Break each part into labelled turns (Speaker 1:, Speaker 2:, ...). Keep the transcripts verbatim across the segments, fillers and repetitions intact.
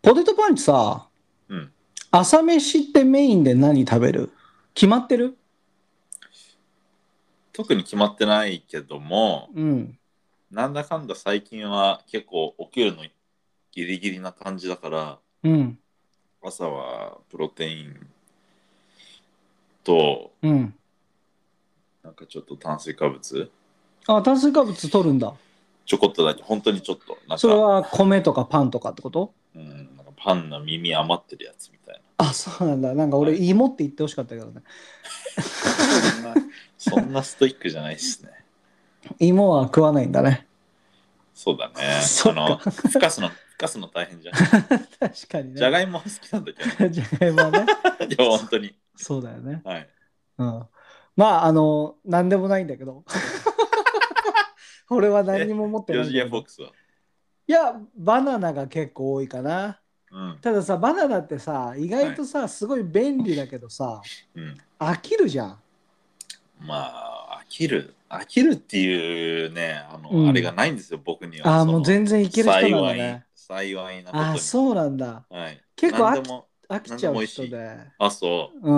Speaker 1: ポテトパンチさ、
Speaker 2: うん。
Speaker 1: 朝飯ってメインで何食べる？決まってる？
Speaker 2: 特に決まってないけども、
Speaker 1: うん。
Speaker 2: なんだかんだ最近は結構起きるのギリギリな感じだから、
Speaker 1: うん。
Speaker 2: 朝はプロテインと、
Speaker 1: うん。
Speaker 2: なんかちょっと炭水化物、
Speaker 1: あ、炭水化物取るんだ。
Speaker 2: ちょこっとだけ、本当にちょっと、なんか、
Speaker 1: それは米とかパンとかってこと？
Speaker 2: うん、なんかパンの耳余ってるやつみたい
Speaker 1: あ、そうなんだ。なんか俺、
Speaker 2: はい。
Speaker 1: 芋って言ってほしかったけどね。
Speaker 2: な。そんな、そんなストイックじゃないですね。
Speaker 1: 芋は食わないんだね。
Speaker 2: そうだね。
Speaker 1: そっか。
Speaker 2: あの、ふかすの、ふかすの大変じゃん。
Speaker 1: 確かにね。
Speaker 2: じゃがいもは好きなんだけどね。
Speaker 1: じゃがいもはね。
Speaker 2: いや、本当に。
Speaker 1: そうだよね。
Speaker 2: はい。
Speaker 1: うん。まあ、あの、なんでもないんだけど。俺は何に
Speaker 2: え、
Speaker 1: も持って
Speaker 2: よ次
Speaker 1: ないんだけど。
Speaker 2: 元フォックスは。
Speaker 1: いや、バナナが結構多いかな。
Speaker 2: うん。
Speaker 1: たださ、バナナってさ、意
Speaker 2: はい。
Speaker 1: 外とさ、すごい便利だけどさ、
Speaker 2: うん。
Speaker 1: 飽きるじゃん。
Speaker 2: まあ、飽きる。飽きるっていうね、あの、あれが
Speaker 1: うん。
Speaker 2: ないんですよ、僕には。
Speaker 1: ああ、もう
Speaker 2: その、
Speaker 1: 全然いける人なんだ
Speaker 2: 幸い、
Speaker 1: ね。
Speaker 2: 幸いなこ
Speaker 1: ああ、
Speaker 2: とに。
Speaker 1: そうなんだ。
Speaker 2: はい。
Speaker 1: 結構飽き、
Speaker 2: 何でも、何で
Speaker 1: 飽きちゃう
Speaker 2: も美味しい。
Speaker 1: 人で。
Speaker 2: あ、そ
Speaker 1: うん。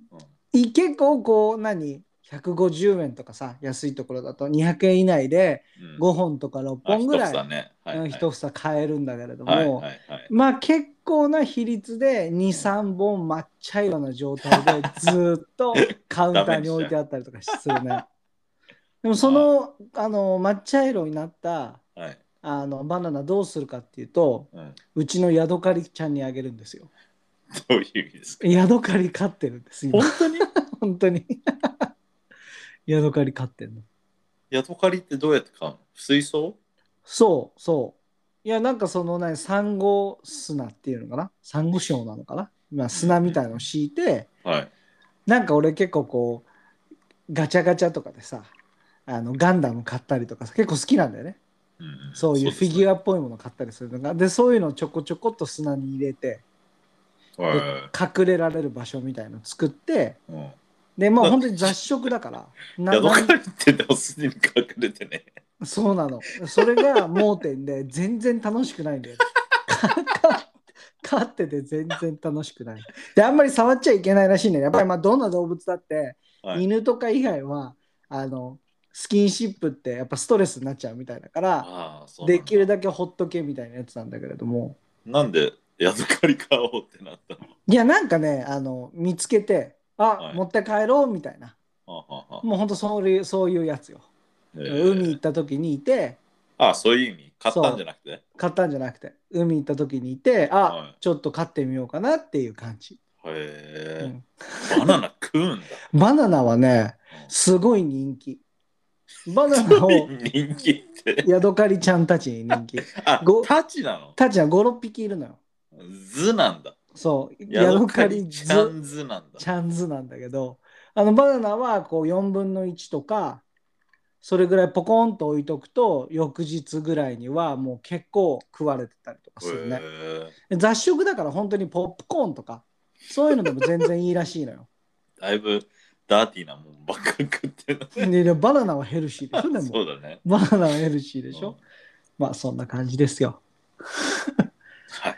Speaker 2: う。うん。
Speaker 1: い結構こう、何？ ひゃくごじゅう 円とかさ、安いところだとにひゃくえん以内で
Speaker 2: うん。
Speaker 1: ごほんとか6
Speaker 2: あ、
Speaker 1: 本ぐらい、
Speaker 2: 一房ね。はい
Speaker 1: うん、
Speaker 2: はい。
Speaker 1: 一房買えるんだけれど
Speaker 2: はい
Speaker 1: も、
Speaker 2: はいはい。
Speaker 1: まあ結構な比率でに、
Speaker 2: うん。
Speaker 1: さんぼん抹茶色な状態でずーっとカウン
Speaker 2: ダ
Speaker 1: ターに置い
Speaker 2: メにしちゃう。
Speaker 1: てあったりとかするね。でもそ
Speaker 2: ま
Speaker 1: の、あの抹茶色になった
Speaker 2: あ、はい。
Speaker 1: あのバナナどうするかっていうと、
Speaker 2: うん。
Speaker 1: うちのヤドカリちゃんにあげるんですよ。
Speaker 2: どういう意味ですか？
Speaker 1: ヤドカリ飼ってるんです、今。
Speaker 2: 本当に？
Speaker 1: 本当に。ヤドカリ飼ってるの。
Speaker 2: ヤドカリってどうやって買うの？水槽？
Speaker 1: そうそう。いや、なんかそのね、サンゴ砂っていうのかな、サンゴ礁なのかな、まあ、
Speaker 2: うんうん
Speaker 1: 砂みたいのを敷いて、
Speaker 2: うん。はい。
Speaker 1: なんか俺結構こう、ガチャガチャとかでさ、あのガンダム買ったりとかさ結構好きなんだよね。
Speaker 2: うんうん。
Speaker 1: そういうフィ
Speaker 2: そうですね。
Speaker 1: ギュアっぽいもの買ったりするのが。で、そういうのをちょこちょこっと砂に入れて、で、
Speaker 2: は
Speaker 1: 隠れられる場所みたいのを作って、
Speaker 2: い。うん。
Speaker 1: で、もう
Speaker 2: だ、
Speaker 1: 本当に雑食だから、な、
Speaker 2: ヤド
Speaker 1: なん
Speaker 2: カリってでもすでに隠れてね。
Speaker 1: そうなの。それが盲点で、全然楽しくないんだよね。か飼ってて全然楽しくない。で、あんまり触っちゃいけないらしいね。やっぱりまあどんな動物だって、
Speaker 2: はい。
Speaker 1: 犬とか以外は、あの、スキンシップってやっぱストレスになっちゃうみたいだから、
Speaker 2: ああ、そうな
Speaker 1: で
Speaker 2: んだ。
Speaker 1: きるだけほっとけみたいなやつなんだけれども。
Speaker 2: なんでヤドカリ買おうってなったの？
Speaker 1: いや、なんかね、あの、見つけて、あ、
Speaker 2: はい。
Speaker 1: 持って帰ろうみたいな。
Speaker 2: はあはあはあ
Speaker 1: もうほんと
Speaker 2: は
Speaker 1: そういう、そういうやつよ。
Speaker 2: あ。
Speaker 1: 海行っ
Speaker 2: ええ。
Speaker 1: た時にいて、
Speaker 2: ああ、そういう意味。買ったんじゃ
Speaker 1: そ
Speaker 2: なくて。
Speaker 1: う、買ったんじゃなくて、海行った時にいて、あ、
Speaker 2: は
Speaker 1: ちょっと買ってみようかなっていう感じ。
Speaker 2: い。へえ。
Speaker 1: うん、
Speaker 2: バナナ食うんだ。
Speaker 1: バナナはね、
Speaker 2: うん。
Speaker 1: すごい人気。バナ
Speaker 2: すごい
Speaker 1: ナを
Speaker 2: 人気って。
Speaker 1: ヤドカリちゃんたちに人気。
Speaker 2: あ、
Speaker 1: ご、
Speaker 2: タチなの？
Speaker 1: たちはご、ろっぴきいるのよ。
Speaker 2: ズなんだ。
Speaker 1: そう、
Speaker 2: ヤド
Speaker 1: ヤドカ
Speaker 2: カリちゃ
Speaker 1: リズ、
Speaker 2: んズなんだ。
Speaker 1: ちゃんズなんだけど、あのバナナはこうよんぶんのいちとか、それぐらいポコンと置いとくと、翌日ぐらいにはもう結構食われてたりとか
Speaker 2: へ
Speaker 1: するね。
Speaker 2: え。
Speaker 1: 雑食だから本当にポップコーンとか、そういうのでも全然いいらしいのよ。
Speaker 2: だいぶダーティーなもんばっか食ってるね。
Speaker 1: で、でバナナはヘルシーでしょ、でも。
Speaker 2: そうだね。
Speaker 1: バナナはヘルシーでしょ。
Speaker 2: うん。
Speaker 1: まあそんな感じですよ。
Speaker 2: はい。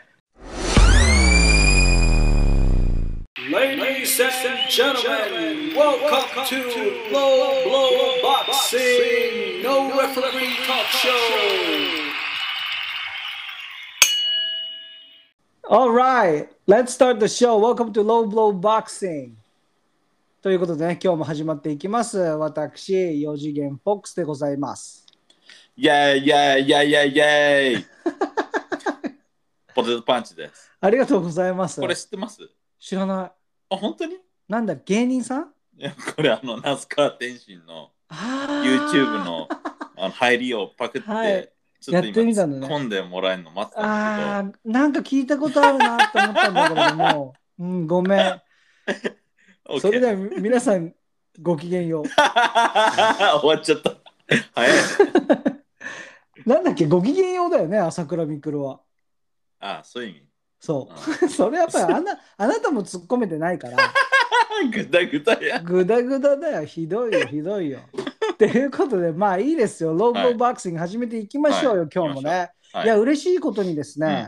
Speaker 1: Ladies and gentlemen, welcome to Low Blow Boxing No Referee Talk Show. All right, let's start the show. Welcome to Low Blow Boxing. ということでね、今日も始まっていきます。私、よ次元フォックスでございます。
Speaker 2: イェーイイェーイイェーイイェーイイェーイポテトパンチです。
Speaker 1: ありがとうございます。
Speaker 2: これ知ってます？
Speaker 1: 知らない。
Speaker 2: あ、本当に？
Speaker 1: なんだ、芸人さん？
Speaker 2: いや、これあの、那須川天心の YouTube
Speaker 1: あ
Speaker 2: のあの入りをパクっ
Speaker 1: あ、はい。
Speaker 2: て、ちょっ
Speaker 1: やって
Speaker 2: と今突っ
Speaker 1: みたのね。
Speaker 2: 込んでもらえるの待ってたんだけど、
Speaker 1: ああ、なんか聞いたことあるなと思ったんだけれども、うん、ごめん。それ
Speaker 2: OK
Speaker 1: では
Speaker 2: ね。
Speaker 1: み皆さん、ごきげんよ
Speaker 2: 終わっちゃった。早いね。
Speaker 1: う。なんだっけ、ごきげんようだよね、朝倉未来は。
Speaker 2: ああ、そういう意味。
Speaker 1: そ
Speaker 2: あ
Speaker 1: う。それやっぱりあなあなたも突っ込めてないから、
Speaker 2: あぐだぐだや。
Speaker 1: ぐだぐだだよ。ひどいよ、ひどいよ。っていうことで、まあいいですよ。ローブロー
Speaker 2: はい。
Speaker 1: ボクシング始めていきまし
Speaker 2: はい。
Speaker 1: ょうよ、
Speaker 2: 行きましょう。
Speaker 1: 今日もね。いや、
Speaker 2: はい。
Speaker 1: 嬉しいことにですね、
Speaker 2: うん。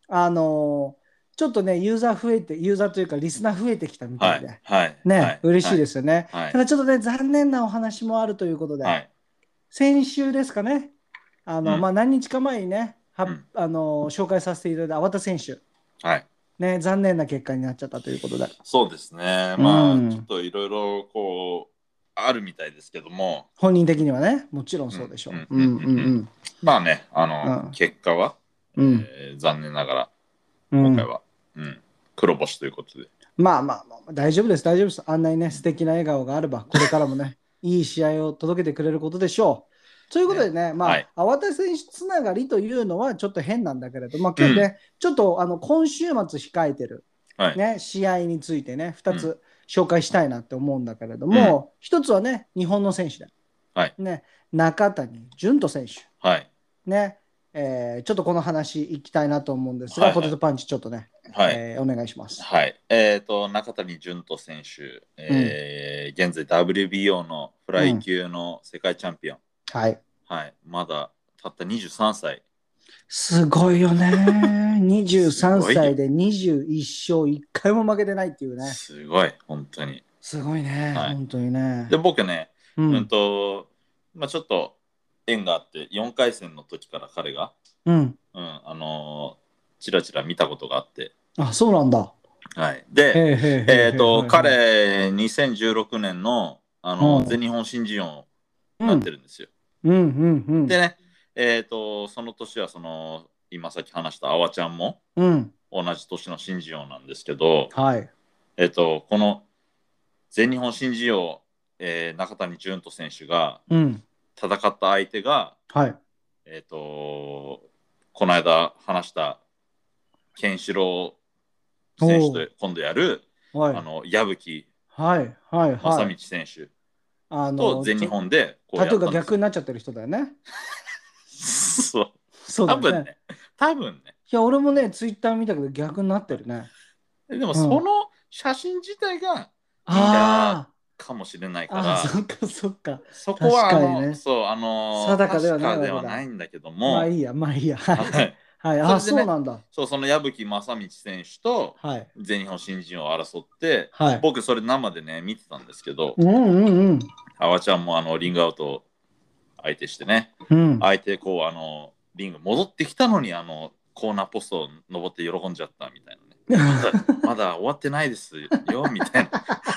Speaker 1: あのーちょっとね、ユーザー増えて、ユーザーというかリスナー増えてきたみた
Speaker 2: はい、
Speaker 1: いで、
Speaker 2: はい、は
Speaker 1: ね、
Speaker 2: い、
Speaker 1: 嬉しい
Speaker 2: はい、
Speaker 1: ですよね。
Speaker 2: はい、
Speaker 1: ただちょっとね、残念なお話もあるということで、
Speaker 2: はい、
Speaker 1: 先週ですかね、あの、
Speaker 2: うん、
Speaker 1: まあ、何日か前にね、は、
Speaker 2: うん、
Speaker 1: あのー紹介させていただいた粟田選手、
Speaker 2: はい。
Speaker 1: ね、残念な結果になっちゃったということで。
Speaker 2: そうですね。
Speaker 1: う
Speaker 2: まあ、ちょっ
Speaker 1: ん。
Speaker 2: といろいろこう、あるみたいですけども、
Speaker 1: 本人的にはね、もちろん
Speaker 2: うん、
Speaker 1: そうでしょう。
Speaker 2: うん、
Speaker 1: うんう
Speaker 2: うん、うん。うん。
Speaker 1: ん
Speaker 2: まあね、あの、
Speaker 1: うん。
Speaker 2: 結果は、
Speaker 1: うん。
Speaker 2: えー残念ながら、
Speaker 1: うん。
Speaker 2: 今回は、うん、黒星ということで。
Speaker 1: まあまあまあ、大丈夫です、大丈夫です。あんなにね、素敵な笑顔があれば、これからもね、いい試合を届けてくれることでしょう。ということで
Speaker 2: ね。
Speaker 1: ね、
Speaker 2: はい。
Speaker 1: まあ、粟田選手つながりというのはちょっと変なんだけれど、まあ、
Speaker 2: うん。
Speaker 1: 今日ね、ちょっとあの今週末控えてる、
Speaker 2: はい。
Speaker 1: ね、試合についてね、2
Speaker 2: うん。
Speaker 1: つ紹介したいなって思うんだけれど
Speaker 2: うん。
Speaker 1: も、ひとつはね、日本の選手で、
Speaker 2: はい。
Speaker 1: ね、中谷潤人選手、
Speaker 2: はい。
Speaker 1: ね、えーちょっとこの話いきたいなと思うんですが、
Speaker 2: はい。はい。
Speaker 1: ポテトパンチちょっとね、
Speaker 2: はい。
Speaker 1: えーお願いします。
Speaker 2: はい。えっと、中谷潤人選手、
Speaker 1: うん、
Speaker 2: えー現在 ダブリュービーオー のフライ
Speaker 1: うん、
Speaker 2: 級の世界チャンピオン。
Speaker 1: はい。
Speaker 2: はい。まだたったにじゅうさんさい。
Speaker 1: すごいよね。23
Speaker 2: すごいよ。
Speaker 1: 歳でにじゅういっ勝、いっかいも負けてないっていうね。
Speaker 2: すごい。本当に。
Speaker 1: すごいね、
Speaker 2: はい。
Speaker 1: 本当に
Speaker 2: で、
Speaker 1: ね。
Speaker 2: 僕ね、うん
Speaker 1: うん、
Speaker 2: と、まあちょっと縁があって、よんかい戦の時から彼が、
Speaker 1: うん。
Speaker 2: うん、あのーちらちら見たことがあって、
Speaker 1: あ、そうなんだ。
Speaker 2: はい。で、
Speaker 1: へえへえへえへえ、
Speaker 2: えっと、
Speaker 1: はいはい。
Speaker 2: 彼、にせんじゅうろくねんの、あの、
Speaker 1: うん、
Speaker 2: 全日本新人王になって
Speaker 1: うん、
Speaker 2: るんですよ。
Speaker 1: うん、うん、うん、
Speaker 2: でね、えっと、その年は、その、今さっき話したあわちゃんも
Speaker 1: うん。
Speaker 2: 同じ年の新人王なんですけど、
Speaker 1: はい。
Speaker 2: えっと、この全日本新人王、えー中谷潤人選手が
Speaker 1: うん、
Speaker 2: 戦った相手が、
Speaker 1: はい。
Speaker 2: えっと、この間話したケンシロウ選手
Speaker 1: おお、
Speaker 2: と今度やる、
Speaker 1: はい。
Speaker 2: あの、矢吹
Speaker 1: はい、はい、
Speaker 2: 正
Speaker 1: はい。
Speaker 2: 道選手
Speaker 1: あの、
Speaker 2: と全日
Speaker 1: ちょ、
Speaker 2: 本でこう
Speaker 1: タトゥーが
Speaker 2: やったんですよ。
Speaker 1: 逆になっちゃってる人だよね。
Speaker 2: そう。
Speaker 1: そうだよね。
Speaker 2: 多分ね。多分ね。
Speaker 1: いや、俺もね、ツイッター見たけど逆になってるね。
Speaker 2: でも
Speaker 1: うん。
Speaker 2: その写真自体がいいや
Speaker 1: あ
Speaker 2: かもしれないか
Speaker 1: あ、ああ、
Speaker 2: ら、
Speaker 1: そっかそっか。
Speaker 2: そこ
Speaker 1: 確
Speaker 2: はあの、
Speaker 1: かにね。
Speaker 2: そう、あの、
Speaker 1: 定かではない
Speaker 2: 確かで
Speaker 1: わけだ。
Speaker 2: はないんだけども、
Speaker 1: まあいいや、まあいいや。はい。
Speaker 2: はい。
Speaker 1: はい。ああ、
Speaker 2: それでね、
Speaker 1: そうなんだ。
Speaker 2: そう、その矢吹正道選手と
Speaker 1: はい。
Speaker 2: 全日本新人王を争って、
Speaker 1: はい。
Speaker 2: 僕それ生でね、見てたんですけど、
Speaker 1: うんうんうん。
Speaker 2: あわちゃんもあのリングアウト相手してね、
Speaker 1: うん。
Speaker 2: 相手こうあのリング戻ってきたのにあのコーナーポストを登って喜んじゃったみたいなね。まだまだ終わってないですよみたいな。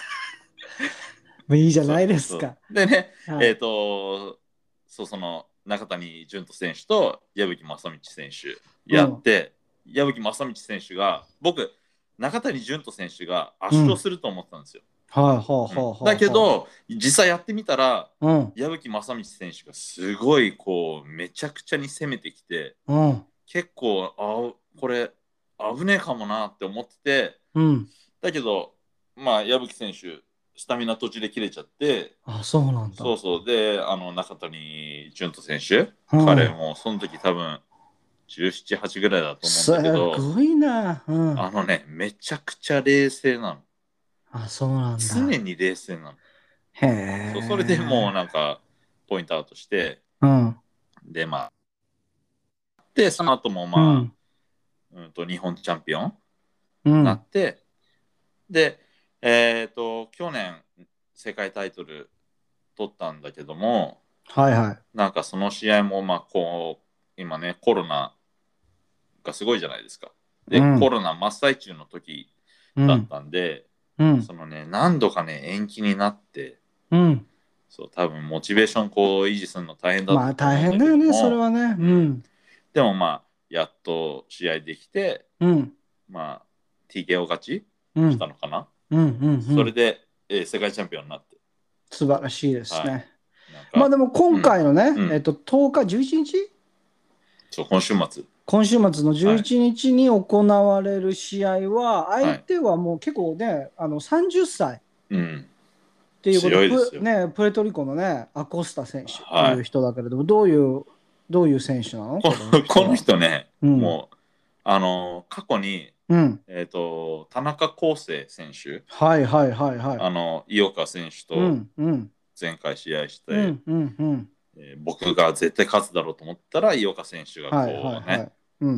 Speaker 1: いいじゃない
Speaker 2: そうそ
Speaker 1: ですか。
Speaker 2: う。でね、えっ、
Speaker 1: はい。
Speaker 2: と、そうその中谷潤人選手と矢吹正道選手
Speaker 1: うん。
Speaker 2: やって、矢吹正道選手が、僕、中谷潤人選手が圧
Speaker 1: うん。
Speaker 2: 勝すると思ってたんですよ。
Speaker 1: はい。ほう
Speaker 2: うん、
Speaker 1: ほうほ
Speaker 2: だ
Speaker 1: うほ
Speaker 2: けど、実際やってみたら、
Speaker 1: う。うん。
Speaker 2: 矢吹正道選手がすごいこうめちゃくちゃに攻めてきて、
Speaker 1: うん。
Speaker 2: 結構あこれ危ねえかもなって思ってて、
Speaker 1: うん。
Speaker 2: だけどまあ矢吹選手スタミナ途中で切れちゃって、
Speaker 1: あ、そうなんだ。
Speaker 2: そうそうであの中谷潤人選手、
Speaker 1: うん。
Speaker 2: 彼もその時多分じゅうなな、はちぐらいだと思うん
Speaker 1: す
Speaker 2: だけど、
Speaker 1: ごいな。うん。
Speaker 2: あのねめちゃくちゃ冷静なの。
Speaker 1: あ、そうなんだ。
Speaker 2: 常に冷静なの。
Speaker 1: へ
Speaker 2: そうそれでもう
Speaker 1: え。
Speaker 2: なんかポイントアウトして、
Speaker 1: うん。
Speaker 2: でまあでその後もま
Speaker 1: うん。
Speaker 2: あ、うんと日本チャンピオンな
Speaker 1: うん。
Speaker 2: って、で、えっ、と、去年世界タイトル取ったんだけども、
Speaker 1: はいはい。
Speaker 2: なんかその試合も、まあ、こう、今ね、コロナがすごいじゃないですか。で、コ
Speaker 1: うん。
Speaker 2: ロナ真っ最中の時だっ
Speaker 1: うん。
Speaker 2: たんで、
Speaker 1: うん。
Speaker 2: そのね、何度かね、延期になって、
Speaker 1: うん。
Speaker 2: そう、多分モチベーションこう維持するの大変だったと
Speaker 1: まあ大
Speaker 2: 思うんだけど
Speaker 1: 変だよね、それ
Speaker 2: も、
Speaker 1: はね。
Speaker 2: うん。
Speaker 1: うん。
Speaker 2: でもまあ、やっと試合できて、
Speaker 1: うん。
Speaker 2: まあ、ティーケーオー 勝ちした
Speaker 1: うん。
Speaker 2: のかな。
Speaker 1: うん。うん。うん。
Speaker 2: それで、えー世界チャンピオンになって、
Speaker 1: 素晴らしいです
Speaker 2: は
Speaker 1: ね。
Speaker 2: い。なんか、
Speaker 1: まあでも今
Speaker 2: うん、
Speaker 1: 回のね、
Speaker 2: うん。
Speaker 1: えっと、とおか、じゅういちにち
Speaker 2: そう、今週末。
Speaker 1: 今週末の11
Speaker 2: はい。
Speaker 1: 日に行われる試合は、相
Speaker 2: はい。
Speaker 1: 手はもう結構ね、あのさんじゅっさいっ
Speaker 2: うん。
Speaker 1: ていうことで、プ、
Speaker 2: 強いですよ。
Speaker 1: ね、プエトリコのね、アコスタ選手っていう
Speaker 2: はい。
Speaker 1: 人だけれども、どういう、どういう選手なの
Speaker 2: こ
Speaker 1: この
Speaker 2: の、この
Speaker 1: 人は。
Speaker 2: 人ね、
Speaker 1: うん。
Speaker 2: もう、あのー過去に、
Speaker 1: うん。
Speaker 2: えっと、田中康生選手、
Speaker 1: はいはいはいはい。
Speaker 2: あの、井岡選手と
Speaker 1: うんうん
Speaker 2: 前回試合して、
Speaker 1: うんうんうん。
Speaker 2: えー僕が絶対勝つだろうと思ったら、井岡選手が
Speaker 1: はいはい
Speaker 2: こうね、
Speaker 1: はい。うん。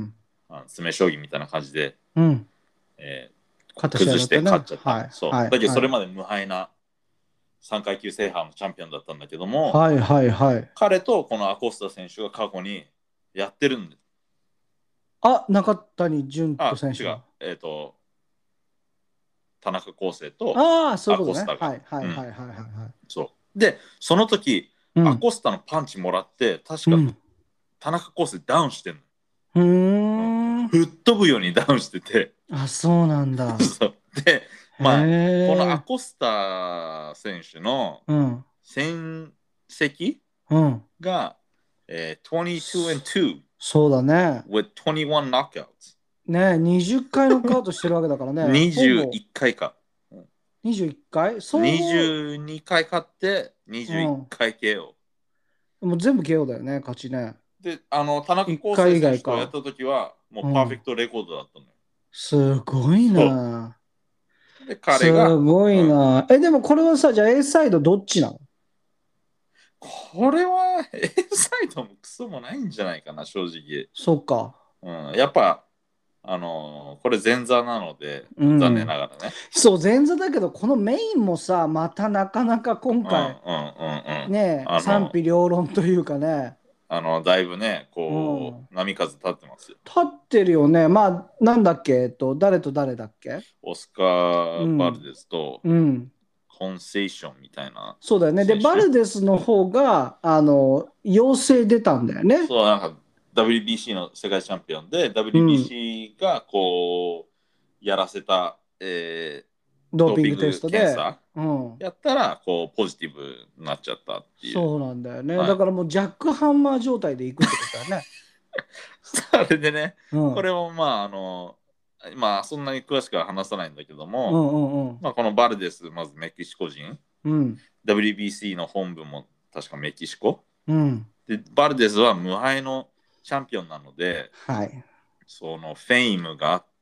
Speaker 2: あの詰め将棋みたいな感じで、
Speaker 1: うん
Speaker 2: えー
Speaker 1: 勝った試合だったね
Speaker 2: 崩して勝っちゃった。
Speaker 1: はい
Speaker 2: そう
Speaker 1: はい
Speaker 2: だけどそれまで無敗なさんかい級制覇のチャンピオンだったんだけども、
Speaker 1: はいはいはい
Speaker 2: 彼とこのアコスタ選手が過去にやってるんで、
Speaker 1: あ中谷潤
Speaker 2: あ、
Speaker 1: 人選手
Speaker 2: 違う、えっ、と、田中康生と
Speaker 1: ああそうい
Speaker 2: ア
Speaker 1: うことね
Speaker 2: コスタが。
Speaker 1: はいはい
Speaker 2: うん
Speaker 1: はいはいはいはい
Speaker 2: そうで、その時、
Speaker 1: うん
Speaker 2: アコスタのパンチもらって、確か
Speaker 1: うん
Speaker 2: 田中康生ダウンしてんの。
Speaker 1: うー
Speaker 2: うん
Speaker 1: ん
Speaker 2: 吹っ飛ぶようにダウンしてて、
Speaker 1: あそうなんだ
Speaker 2: そうで、
Speaker 1: へ
Speaker 2: まあ、このア
Speaker 1: え
Speaker 2: コスタ選手の
Speaker 1: うん
Speaker 2: 戦績
Speaker 1: うん
Speaker 2: が、えー、にじゅうに and に
Speaker 1: そうだね
Speaker 2: with にじゅういち knockouts。
Speaker 1: ねにじゅっかいノックアウトしてるわけだからねほぼ
Speaker 2: にじゅういっかいか。
Speaker 1: にじゅういっかい総合
Speaker 2: にじゅうにかい勝って21
Speaker 1: うん
Speaker 2: 回 ケーオー。
Speaker 1: もう全部 ケーオー だよね勝ちね
Speaker 2: で、あの、田中
Speaker 1: 1
Speaker 2: 康
Speaker 1: 回以
Speaker 2: 生選
Speaker 1: 外か
Speaker 2: 手とやった時は、もうパーフェクトレコードだったのよ。
Speaker 1: すごいな
Speaker 2: そうで、
Speaker 1: す
Speaker 2: 彼が、
Speaker 1: ごい
Speaker 2: うん
Speaker 1: な、えでもこれはさじゃあ A サイドどっちなの
Speaker 2: これは A サイドもクソもないんじゃないかな、正直。
Speaker 1: そっか
Speaker 2: うん、やっぱ、あのーこれ前座なので、
Speaker 1: うん
Speaker 2: 残念ながらね。
Speaker 1: そう前座だけどこのメインもさまたなかなか今
Speaker 2: うんうんうん
Speaker 1: 回
Speaker 2: うん。
Speaker 1: ね
Speaker 2: あの
Speaker 1: 賛否両論というかね
Speaker 2: あの、だいぶね、こ
Speaker 1: うん
Speaker 2: う、波風立ってますよ。
Speaker 1: 立ってるよねまあなんだっけえっと誰と誰だっけ
Speaker 2: オスカー・バルデスと
Speaker 1: うん
Speaker 2: コンセーションみたいな
Speaker 1: そうだよねで
Speaker 2: 選手。
Speaker 1: バルデスの方があの陽性出たんだよね
Speaker 2: そう、なんか ダブリュービーシー の世界チャンピオンで、ダブリュービーシー がこう、やらせた、えー
Speaker 1: ドーピングテストで
Speaker 2: 検査
Speaker 1: うん
Speaker 2: やったら、こう、ポジティブになっちゃったっていう。
Speaker 1: そうなんだよね、
Speaker 2: はい
Speaker 1: だからもうジャックハンマー状態でいくってことだよね
Speaker 2: それでね、
Speaker 1: うん
Speaker 2: これもまあ、あの、まあ、そんなに詳しくは話さないんだけど
Speaker 1: う
Speaker 2: も、
Speaker 1: んうんうん
Speaker 2: まあ、このバルデス、まずメキシコ人、
Speaker 1: うん
Speaker 2: ダブリュービーシー の本部も確かメキシコ。
Speaker 1: うん
Speaker 2: で、バルデスは無敗のチャンピオンなので、
Speaker 1: はい
Speaker 2: そのフェイムがあって、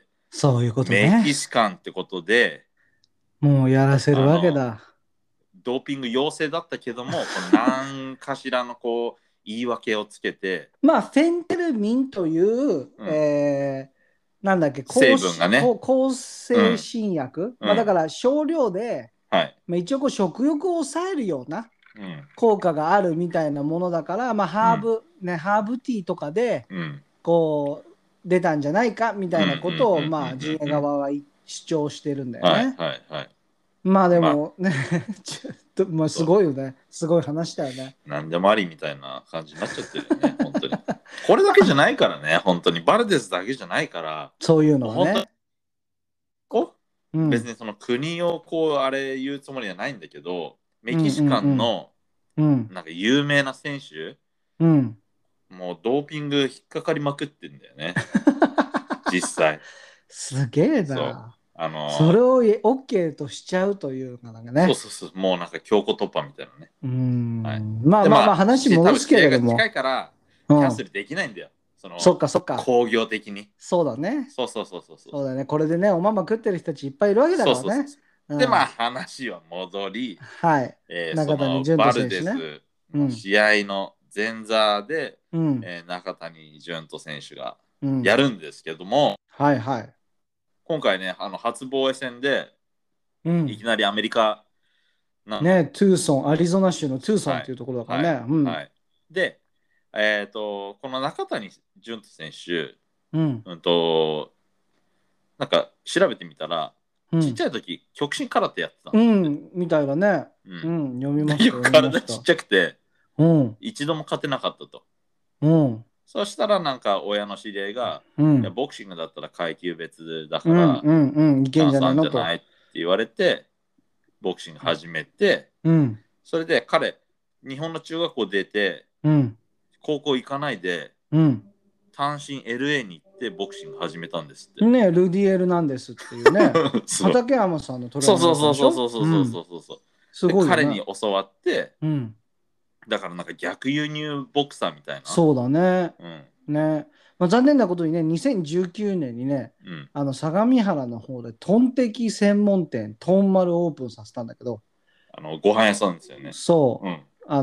Speaker 1: そういうこと
Speaker 2: メキ
Speaker 1: ね
Speaker 2: シカンってことで、
Speaker 1: もうやらせるわけだ
Speaker 2: ドーピング陽性だったけども、この何かしらのこう言い訳をつけて、
Speaker 1: まあフェンテルミンという、
Speaker 2: うん
Speaker 1: えーなんだっけ
Speaker 2: 成分がね
Speaker 1: 抗抗生新薬、
Speaker 2: うん
Speaker 1: まあ、だから少量で、
Speaker 2: はい。
Speaker 1: まあ、一応こう食欲を抑えるような
Speaker 2: うん。
Speaker 1: 効果があるみたいなものだから、まあ、ハーブ、ねハーブティーとかで
Speaker 2: うん。
Speaker 1: こう出たんじゃないかみたいなことを
Speaker 2: うんうんうんうんうん
Speaker 1: まあ陣営側は主張してるんだよ
Speaker 2: はい
Speaker 1: ね。
Speaker 2: はいはい。
Speaker 1: まあでもね、ちょっとまあすごいよね。すごい話だよね。
Speaker 2: 何でもありみたいな感じになっちゃってるよね、本当に。これだけじゃないからね、本当に。バルデスだけじゃないから、
Speaker 1: そういうのは
Speaker 2: 本当に
Speaker 1: ね。
Speaker 2: こう、
Speaker 1: うん
Speaker 2: 別にその国をこうあれ言うつもりはないんだけど、メキシカンの
Speaker 1: うん
Speaker 2: なんか有名な選手、
Speaker 1: うん。
Speaker 2: もうドーピング引っかかりまくってんだよね、実際。
Speaker 1: すげえ
Speaker 2: そう
Speaker 1: な。
Speaker 2: あのー
Speaker 1: それを OK としちゃうというのがね。
Speaker 2: そうそうそう、もうなんか強固突破みたいなね。
Speaker 1: うん、
Speaker 2: はい
Speaker 1: まあ
Speaker 2: で
Speaker 1: まあまあ話戻すけれども
Speaker 2: 多分試合が。近いから、
Speaker 1: うん
Speaker 2: キャンセルできないんだよ。その
Speaker 1: そっかそっか。
Speaker 2: 工業的に。
Speaker 1: そうだね。
Speaker 2: そうそうそうそうそう。
Speaker 1: そうだね。これでね、おまま食ってる人たちいっぱいいるわけだからね。
Speaker 2: そうそうそう
Speaker 1: うん
Speaker 2: で、まあ話は戻り、
Speaker 1: はい。
Speaker 2: えーそ
Speaker 1: 中谷
Speaker 2: の
Speaker 1: 潤
Speaker 2: バルデ
Speaker 1: 人選手ね。
Speaker 2: スの試合の前座で、
Speaker 1: うん。
Speaker 2: えー中谷潤人選手が
Speaker 1: うん、
Speaker 2: やるんですけども、
Speaker 1: はいはい。
Speaker 2: 今回ね、あの初防衛戦で
Speaker 1: うん
Speaker 2: いきなりアメリカなの、
Speaker 1: ね、トゥーソン、アリゾナ州のトゥーソンっていうところだからね。
Speaker 2: はい
Speaker 1: うん
Speaker 2: はいで、えっ、と、この中谷潤人選手、
Speaker 1: うん
Speaker 2: うんと、なんか調べてみたら、
Speaker 1: うん
Speaker 2: ちっちゃい時、極真空手やってた
Speaker 1: う
Speaker 2: の。
Speaker 1: ん、みたいだね。
Speaker 2: う
Speaker 1: うんん、読みま
Speaker 2: だけど
Speaker 1: した。読みま
Speaker 2: 体ちっ
Speaker 1: した。
Speaker 2: ちゃくて、
Speaker 1: うん、
Speaker 2: 一度も勝てなかったと。
Speaker 1: うん、
Speaker 2: そしたらなんか親の知り合いが、
Speaker 1: うん、
Speaker 2: いやボクシングだったら階級別だか
Speaker 1: うん、
Speaker 2: ら、
Speaker 1: うん、うん、いけん
Speaker 2: チャンスあ
Speaker 1: じゃないのと。
Speaker 2: るんじゃないって言われて、ボクシング始めて、
Speaker 1: うん、
Speaker 2: それで彼、日本の中学校出て、
Speaker 1: うん、
Speaker 2: 高校行かないで、
Speaker 1: うん。
Speaker 2: 単身 エルエー に行ってボクシング始めたんですって。
Speaker 1: ね、ルディエルなんですっていうね。
Speaker 2: そう
Speaker 1: 畠山さんのトレー
Speaker 2: そう
Speaker 1: ナー
Speaker 2: そうそう
Speaker 1: だったでしょ
Speaker 2: そうそうそうそうそう。
Speaker 1: うんすごいよね。
Speaker 2: で彼に教わって、
Speaker 1: うん、
Speaker 2: だからなんか逆輸入ボクサーみたいな。
Speaker 1: そうだね。
Speaker 2: うん。
Speaker 1: ね。まあ、残念なことにね、にせんじゅうきゅうねんにね、
Speaker 2: うん。
Speaker 1: あの相模原の方でトンテキ専門店、トンマルオープンさせたんだけど、
Speaker 2: あの、ご飯屋さんですよね。
Speaker 1: そう、
Speaker 2: うん。
Speaker 1: あの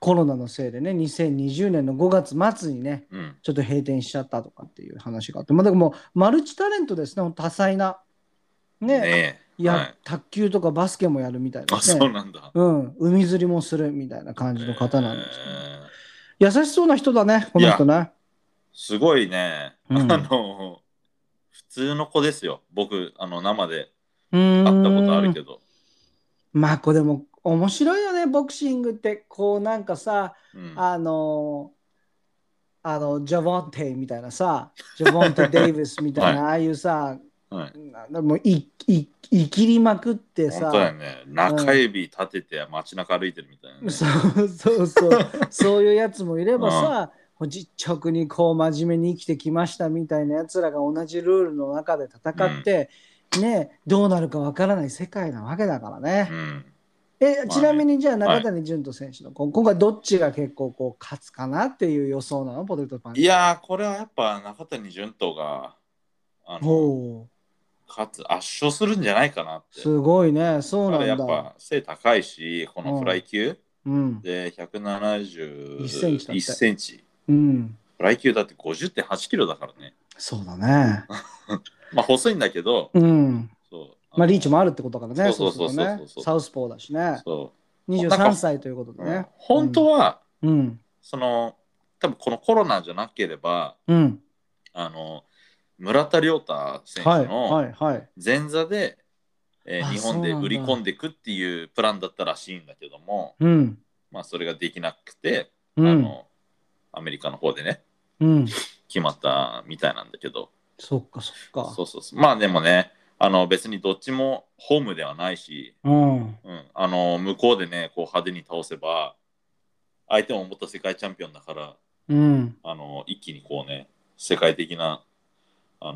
Speaker 1: コロナのせいでね、にせんにじゅうねんのごがつ末にね、
Speaker 2: うん。
Speaker 1: ちょっと閉店しちゃったとかっていう話があって、まあ、だからもうマルチタレントですね、多彩な。ね、
Speaker 2: ねえ。
Speaker 1: いや、
Speaker 2: はい。
Speaker 1: 卓球とかバスケもやるみたいで
Speaker 2: あ、
Speaker 1: すね。
Speaker 2: そうなんだ。
Speaker 1: うん、海釣りもするみたいな感じの方なんですけど、
Speaker 2: え
Speaker 1: 優しそうな人だね、こ
Speaker 2: ーいや、
Speaker 1: の人ね。
Speaker 2: すごいね。
Speaker 1: うん
Speaker 2: あの、普通の子ですよ。僕、あの、生で
Speaker 1: う
Speaker 2: 会ったことあ
Speaker 1: ーん。
Speaker 2: るけど。
Speaker 1: まあ、これでも面白いよね、ボクシングって。こうなんかさ、
Speaker 2: うん。
Speaker 1: あの、あの、ジャボンテみたいなさ、ジャボンテ・デイビスみたいな、
Speaker 2: はい。
Speaker 1: ああいうさ、
Speaker 2: はい。
Speaker 1: なんだもういいい切りまくって
Speaker 2: 本当だよ
Speaker 1: さ、
Speaker 2: ね。
Speaker 1: うん、
Speaker 2: 中指立てて街中歩いてるみたいなね。
Speaker 1: そうそうそう、そういうやつもいれ
Speaker 2: うん。
Speaker 1: ばさ、実直にこう真面目に生きてきましたみたいなやつらが同じルールの中で戦
Speaker 2: うん。
Speaker 1: って、ね、どうなるかわからない世界なわけだからね。
Speaker 2: うん。
Speaker 1: え、ち
Speaker 2: まあね。
Speaker 1: なみにじゃあ
Speaker 2: はい。
Speaker 1: 中谷潤人選手のこ今回どっちが結構こう勝つかなっていう予想なの、ポテトパンチ。
Speaker 2: いやー、これはやっぱ中谷潤人が、あ
Speaker 1: お
Speaker 2: の、
Speaker 1: お、
Speaker 2: 勝つ、圧勝するんじゃないかなって。
Speaker 1: すごいね。そう
Speaker 2: 彼
Speaker 1: なんだ。
Speaker 2: やっぱ背高いし、このフラ
Speaker 1: うん。
Speaker 2: イ級
Speaker 1: うん。
Speaker 2: で
Speaker 1: いっセンチ
Speaker 2: ひゃくななじゅういち
Speaker 1: だって。
Speaker 2: センチ。
Speaker 1: うん。
Speaker 2: フライ級だってごじゅってんはちキロだからね。
Speaker 1: そうだね。
Speaker 2: まあ細いんだけど、
Speaker 1: うん。
Speaker 2: そう、あ
Speaker 1: まあリーチも
Speaker 2: の、
Speaker 1: あるってことからね。そう
Speaker 2: そうそうそう
Speaker 1: するとね。
Speaker 2: そうそうそう。
Speaker 1: サウスポーだしね。
Speaker 2: そう。なん
Speaker 1: 23
Speaker 2: か、
Speaker 1: 歳ということで
Speaker 2: うん、
Speaker 1: ね。う
Speaker 2: 本当
Speaker 1: ん。
Speaker 2: は、
Speaker 1: うん。
Speaker 2: その、多分このコロナじゃなければ、
Speaker 1: うん。
Speaker 2: あの、村田諒太選
Speaker 1: はい。
Speaker 2: 手の
Speaker 1: はい。はい。
Speaker 2: 前座で、えー
Speaker 1: あ、
Speaker 2: 日本
Speaker 1: そう
Speaker 2: で売り込ん
Speaker 1: なんだ。
Speaker 2: でいくっていうプランだったらしいんだけども、
Speaker 1: うん。
Speaker 2: まあそれができなくて、
Speaker 1: うん。
Speaker 2: あの、アメリカの方でね、
Speaker 1: うん。
Speaker 2: 決まったみたいなんだけど、
Speaker 1: そっかそっか。
Speaker 2: そうそうそう。まあでもね、あの別にどっちもホームではないし、
Speaker 1: うん。
Speaker 2: うん、あの向こうでね、こう派手に倒せば、相手も元世界チャンピオンだから、
Speaker 1: うん。
Speaker 2: あの一気にこうね、世界的な、あ
Speaker 1: うん。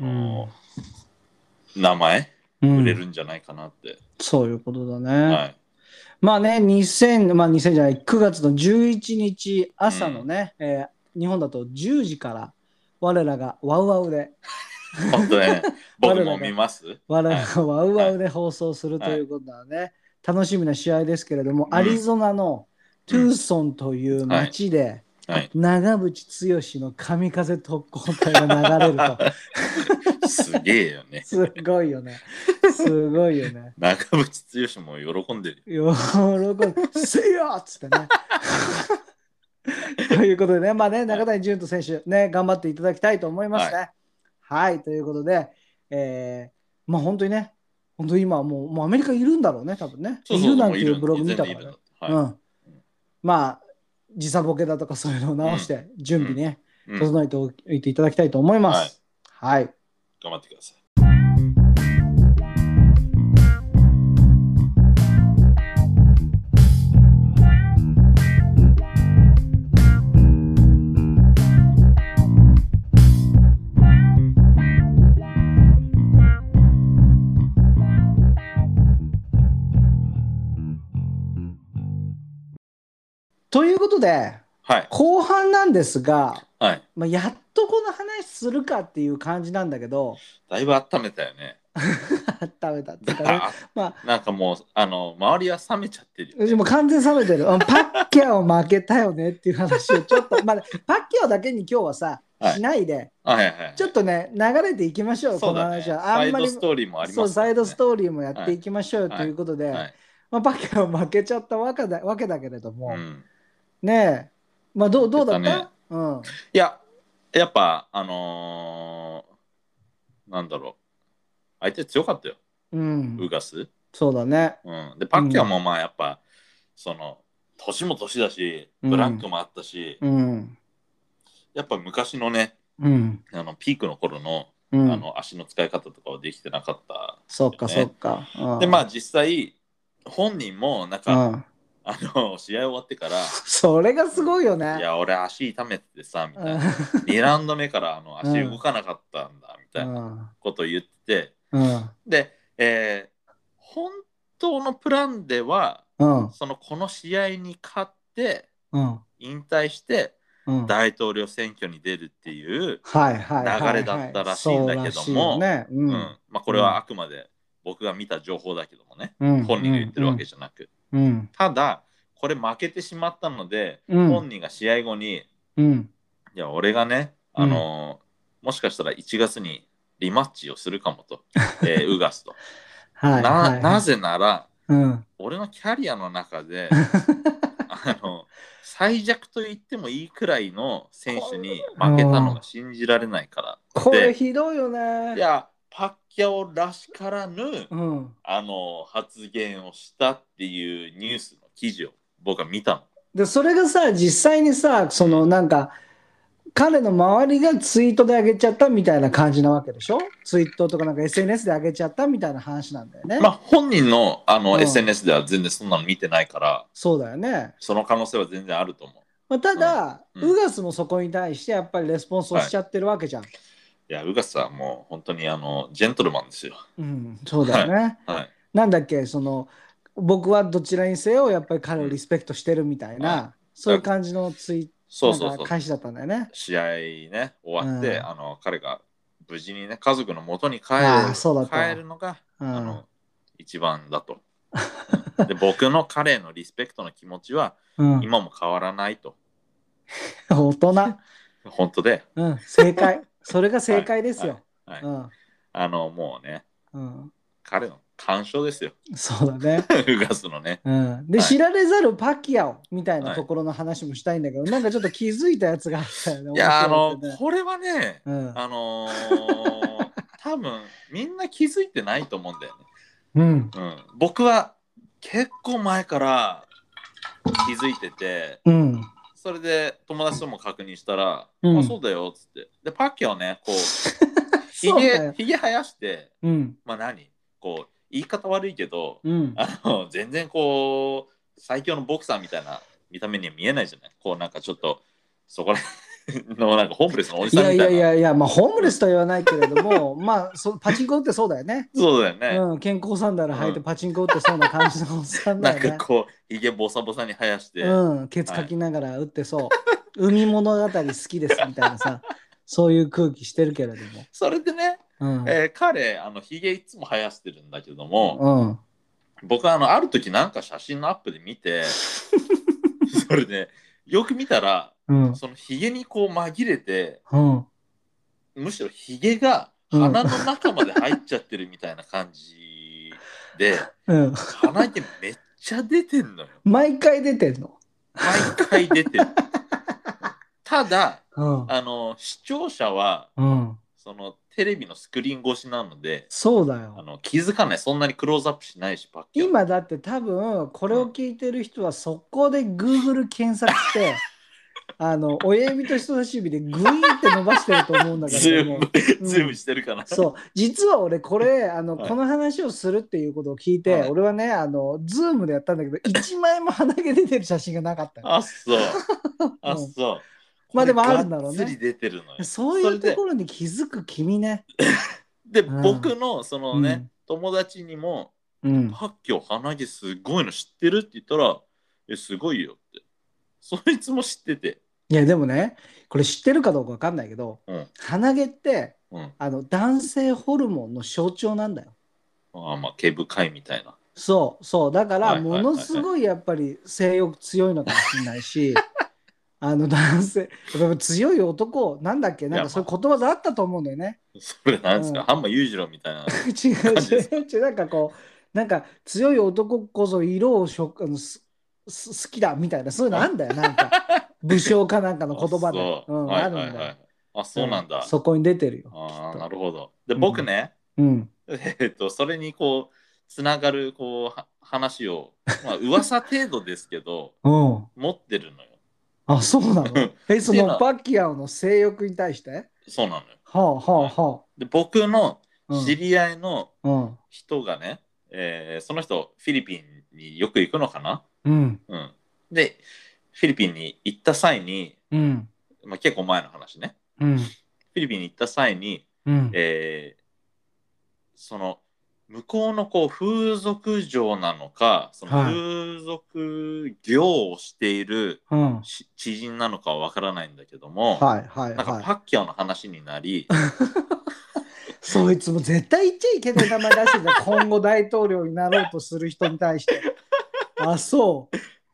Speaker 2: の名前、売れ
Speaker 1: うん。
Speaker 2: るんじゃないかなって。
Speaker 1: そういうことだね。
Speaker 2: はい。
Speaker 1: まあね、にせん、まあにせんじゃない、くがつのじゅういちにち
Speaker 2: うん。
Speaker 1: 朝のね、えー日本だとじゅうじから我らがワウワウで
Speaker 2: 本当ね、僕も
Speaker 1: 我らが
Speaker 2: 見ます。
Speaker 1: 我ら
Speaker 2: はい。
Speaker 1: がワウワ
Speaker 2: はい。
Speaker 1: ウで放送すると
Speaker 2: はい。
Speaker 1: いうことだね。楽しみな試合ですけれども、アリ
Speaker 2: うん。
Speaker 1: ゾナのトゥー
Speaker 2: うん。
Speaker 1: ソンという
Speaker 2: はい。
Speaker 1: 町で
Speaker 2: はい。
Speaker 1: 長渕剛の神風特攻隊が流れると
Speaker 2: すげえよね。
Speaker 1: すごいよね。すごいよね。
Speaker 2: 長渕剛も喜んでるよ。
Speaker 1: 喜んで、せいやっつってね。ということでね、まあね、
Speaker 2: はい。
Speaker 1: 中谷潤人選手、ね、頑張っていただきたいと思いま
Speaker 2: はい。
Speaker 1: すね。はい、ということで、えー、まあ本当にね、本当に今はもう、もうアメリカいるんだろうね、多分ね。い
Speaker 2: そうそうそう、
Speaker 1: るなんていう
Speaker 2: もういるんだ。
Speaker 1: ブログ見たからね。
Speaker 2: 全然いるんだって。はい。
Speaker 1: うん。まあ、時差ボケだとかそういうのを
Speaker 2: うん。
Speaker 1: 直して、準
Speaker 2: うん。
Speaker 1: 備ね、
Speaker 2: うん。
Speaker 1: 整えておいていただきたいと思いま
Speaker 2: はい。
Speaker 1: す。はい。
Speaker 2: 頑張ってください。
Speaker 1: ということで、
Speaker 2: はい。
Speaker 1: 後半なんですが、
Speaker 2: はい。
Speaker 1: まあ、やっとこの話するかっていう感じなんだけど、
Speaker 2: だいぶ温めたよね。
Speaker 1: 食べたっていうかね、
Speaker 2: だ
Speaker 1: ま
Speaker 2: なんかもう、あの、周りは冷めちゃってるよ
Speaker 1: あ、で
Speaker 2: ね。
Speaker 1: も完全に冷めてる。うんパッキャオ負けたよねっていう話をちょっと、まあ、パッキャオだけに今日はさ、し
Speaker 2: はい。
Speaker 1: ないで、
Speaker 2: はいはいはい。
Speaker 1: ちょっとね、流れていきましょう、この
Speaker 2: そうだね。
Speaker 1: 話は。あ
Speaker 2: サイ
Speaker 1: んまり、
Speaker 2: ドストーリーもあり
Speaker 1: そう、
Speaker 2: ますか
Speaker 1: サイドス
Speaker 2: らね。
Speaker 1: トーリーもやって
Speaker 2: はい。
Speaker 1: いきましょうと
Speaker 2: はい。
Speaker 1: いうことで、
Speaker 2: はい。
Speaker 1: まあ、パッキャオ負けちゃったわけだ、わけだけれども、
Speaker 2: うん。
Speaker 1: ねえ、まあ、どう、
Speaker 2: 負
Speaker 1: どうだ
Speaker 2: けたね。
Speaker 1: ったうん。
Speaker 2: いや、やっぱ、あのーなんだろう。相手強かったよ。
Speaker 1: うん。
Speaker 2: ウガス。
Speaker 1: そうだね。
Speaker 2: うん。で、
Speaker 1: うん。
Speaker 2: パッキャオもまあやっぱ、その、年も年だし、ブランク
Speaker 1: うん。
Speaker 2: もあったし、
Speaker 1: うん。
Speaker 2: やっぱ昔のね、
Speaker 1: うん。
Speaker 2: あのピークの頃の
Speaker 1: うん。
Speaker 2: あの足の使い方とかはできてなかった
Speaker 1: そっか、そ
Speaker 2: よね。
Speaker 1: っか。
Speaker 2: で、まあ
Speaker 1: うん。
Speaker 2: 実際、本人もなんか、
Speaker 1: うん。
Speaker 2: あの試合終わってから、
Speaker 1: それがす
Speaker 2: うん、
Speaker 1: ごいよね。
Speaker 2: いや、俺足痛めててさ、み
Speaker 1: うん。
Speaker 2: たいな。にラウンド目からあの足動
Speaker 1: うん。
Speaker 2: かなかったんだ、みたいな
Speaker 1: うん。
Speaker 2: ことを言ってて、
Speaker 1: うん。
Speaker 2: で、えー本当のプランでは、
Speaker 1: うん。
Speaker 2: そのこの試合に勝って
Speaker 1: うん。
Speaker 2: 引退して
Speaker 1: うん。
Speaker 2: 大統領選挙に出るっていう
Speaker 1: はいはい
Speaker 2: 流
Speaker 1: はいはい。
Speaker 2: れだったらしいん
Speaker 1: そう
Speaker 2: だけど
Speaker 1: らしいよ
Speaker 2: も、
Speaker 1: ね。う
Speaker 2: うん、
Speaker 1: ん。
Speaker 2: まあこれはあ
Speaker 1: うん。
Speaker 2: くまで僕が見た情報だけどもね、
Speaker 1: うん。
Speaker 2: 本人が言ってるわけ
Speaker 1: うん。
Speaker 2: じゃなく。
Speaker 1: うん。
Speaker 2: ただ、 これ負けてしまったので、
Speaker 1: うん、
Speaker 2: 本人が試合後に、
Speaker 1: うん、
Speaker 2: いや、俺がね、あのーもしかしたらいちがつにリマッチをするかもと、えーウガスと。
Speaker 1: はい
Speaker 2: な、
Speaker 1: はいはい。
Speaker 2: なぜなら、
Speaker 1: うん。
Speaker 2: 俺のキャリアの中で、あの、最弱と言ってもいいくらいの選手に負けたのが信じられないから。
Speaker 1: これ
Speaker 2: で、
Speaker 1: ひどいよね。
Speaker 2: いや、パッキャオらしからぬ、
Speaker 1: うん。
Speaker 2: あの、発言をしたっていうニュースの記事を僕は見たの。
Speaker 1: で、それがさ、実際にさ、そのなんか、彼の周りがツイートで上げちゃったみたいな感じなわけでしょ？ツイートとかなんか エスエヌエス で上げちゃったみたいな話なんだよね。
Speaker 2: まあ、本人の、あの、
Speaker 1: うん、
Speaker 2: エスエヌエス では全然そんなの見てないから、
Speaker 1: そうだよね。
Speaker 2: その可能性は全然あると思う。
Speaker 1: まあ、ただ、
Speaker 2: うんうん、
Speaker 1: ウガスもそこに対してやっぱりレスポンスをしちゃってるわけじゃん。はい、
Speaker 2: いや、ウガスはもう本当にあのジェントルマンですよ。
Speaker 1: うん、そうだよね。
Speaker 2: はいはい、
Speaker 1: なんだっけ、その、僕はどちらにせよやっぱり彼をリスペクトしてるみたいな、うん、はい、そういう感じのツイなんか返しだったんだよね。
Speaker 2: 試合ね、終わって、うん、あの彼が無事にね、家族の元に帰る、帰るのが、うん、あの一番だと。で、僕の彼へのリスペクトの気持ちは、うん、今も変わらないと。
Speaker 1: 大人。
Speaker 2: 本当で。
Speaker 1: うん、正解。それが正解ですよ。
Speaker 2: はいはいはい、うん、あの、もうね、うん、彼の干渉ですよ。
Speaker 1: そうだね。
Speaker 2: ウガスのね。
Speaker 1: うん、で、はい、知られざるパキアオみたいなところの話もしたいんだけど、はい、なんかちょっと気づいたやつがあったよね。
Speaker 2: いや、あの、これはね、うん、あのー、多分みんな気づいてないと思うんだよね。うんうん、僕は結構前から気づいてて、うん、それで友達とも確認したら、うん、あ、そうだよっつって。で、パッキャをね、こう、ひげ、ひげ生やして、うん、まあ何こう、言い方悪いけど、うん、あの全然こう、最強のボクサーみたいな見た目には見えないじゃない。こう、なんかちょっと、そこらのなんかホームレスのおじさんみたいな。いやいやいやいや、まあホームレスとは言わないけれども、まあそパチンコ打ってそうだよね。そうだよね。うん、健康サンダル履いてパチンコ打ってそうな感じのおっさんだよね。なんかこう、ひげボサボサに生やして。うん、ケツかきながら打ってそう。はい、海物語好きですみたいなさ、そういう空気してるけれども。それでね、うん、えー、彼、あのひげいつも生やしてるんだけども、うん、僕はあのある時なんか写真のアップで見て、それで、よく見たら、うん、そのひげにこう紛れて、うん、むしろひげが鼻の中まで入っちゃってるみたいな感じで、うん、鼻毛めっちゃ出てんのよ。毎回出てんの？毎回出てる。ただ、うん、あの視聴者は、うん、そのテレビのスクリーン越しなので、そうだよ。あの気づかない、そんなにクローズアップしないし、パッキャ今だって多分これを聞いてる人は速攻で Google 検索して、うん、あの親指と人差し指でグイーって伸ばしてると思うんだけども、ズームしてるかな。そう、実は俺これあの、はい、この話をするっていうことを聞いて、はい、俺はねあのズームでやったんだけどいちまいも鼻毛出てる写真がなかった。あ、そうあ、そう、うん、まあでもあるんだろうね。がっつり出てるのよ。そういうところに気づく君ね。で、うん、僕のそのね、うん、友達にも、うん、パッキャ鼻毛すごいの知ってるって言ったら、え、すごいよって。そいつも知ってて。いやでもね、これ知ってるかどうかわかんないけど、うん、鼻毛って、うん、あの男性ホルモンの象徴なんだよ。ああ、まあ毛深いみたいな。そうそう、だからものすごいやっぱり性欲強いのかもしれないし。あの男性、やっぱ強い男、なんだっけ、なんかそういうことわざあったと思うんだよね。それなんですか、ハンマー裕次郎みたいな。違う違う違う、なんかこう、なんか強い男こそ色をしょあのすす好きだみたいな、そういうのあんだよ、なんか。武将かなんかの言葉で。うん、あるんだよ。あ、そうなんだ。そこに出てるよ。ああ、なるほど。で、僕ね、うん、えっと、それにこう、つながるこう話を、まあ噂程度ですけど、うん、持ってるのよ。あ、そうなの？え、そのパッキャオの性欲に対して？そうなのよ。はあはあはあ。で、僕の知り合いの人がね、うん、えー、その人フィリピンによく行くのかな、うんうん、で、フィリピンに行った際に、うんまあ、結構前の話ね、うん、フィリピンに行った際に、うんえー、その向こうのこう風俗嬢なのか、その風俗業をしている、はい、知人なのかはわからないんだけども、はいはいはい、なんかパッキャオの話になり、そいつも絶対言っちゃいけない名前出してた今後大統領になろうとする人に対して。あ、そう。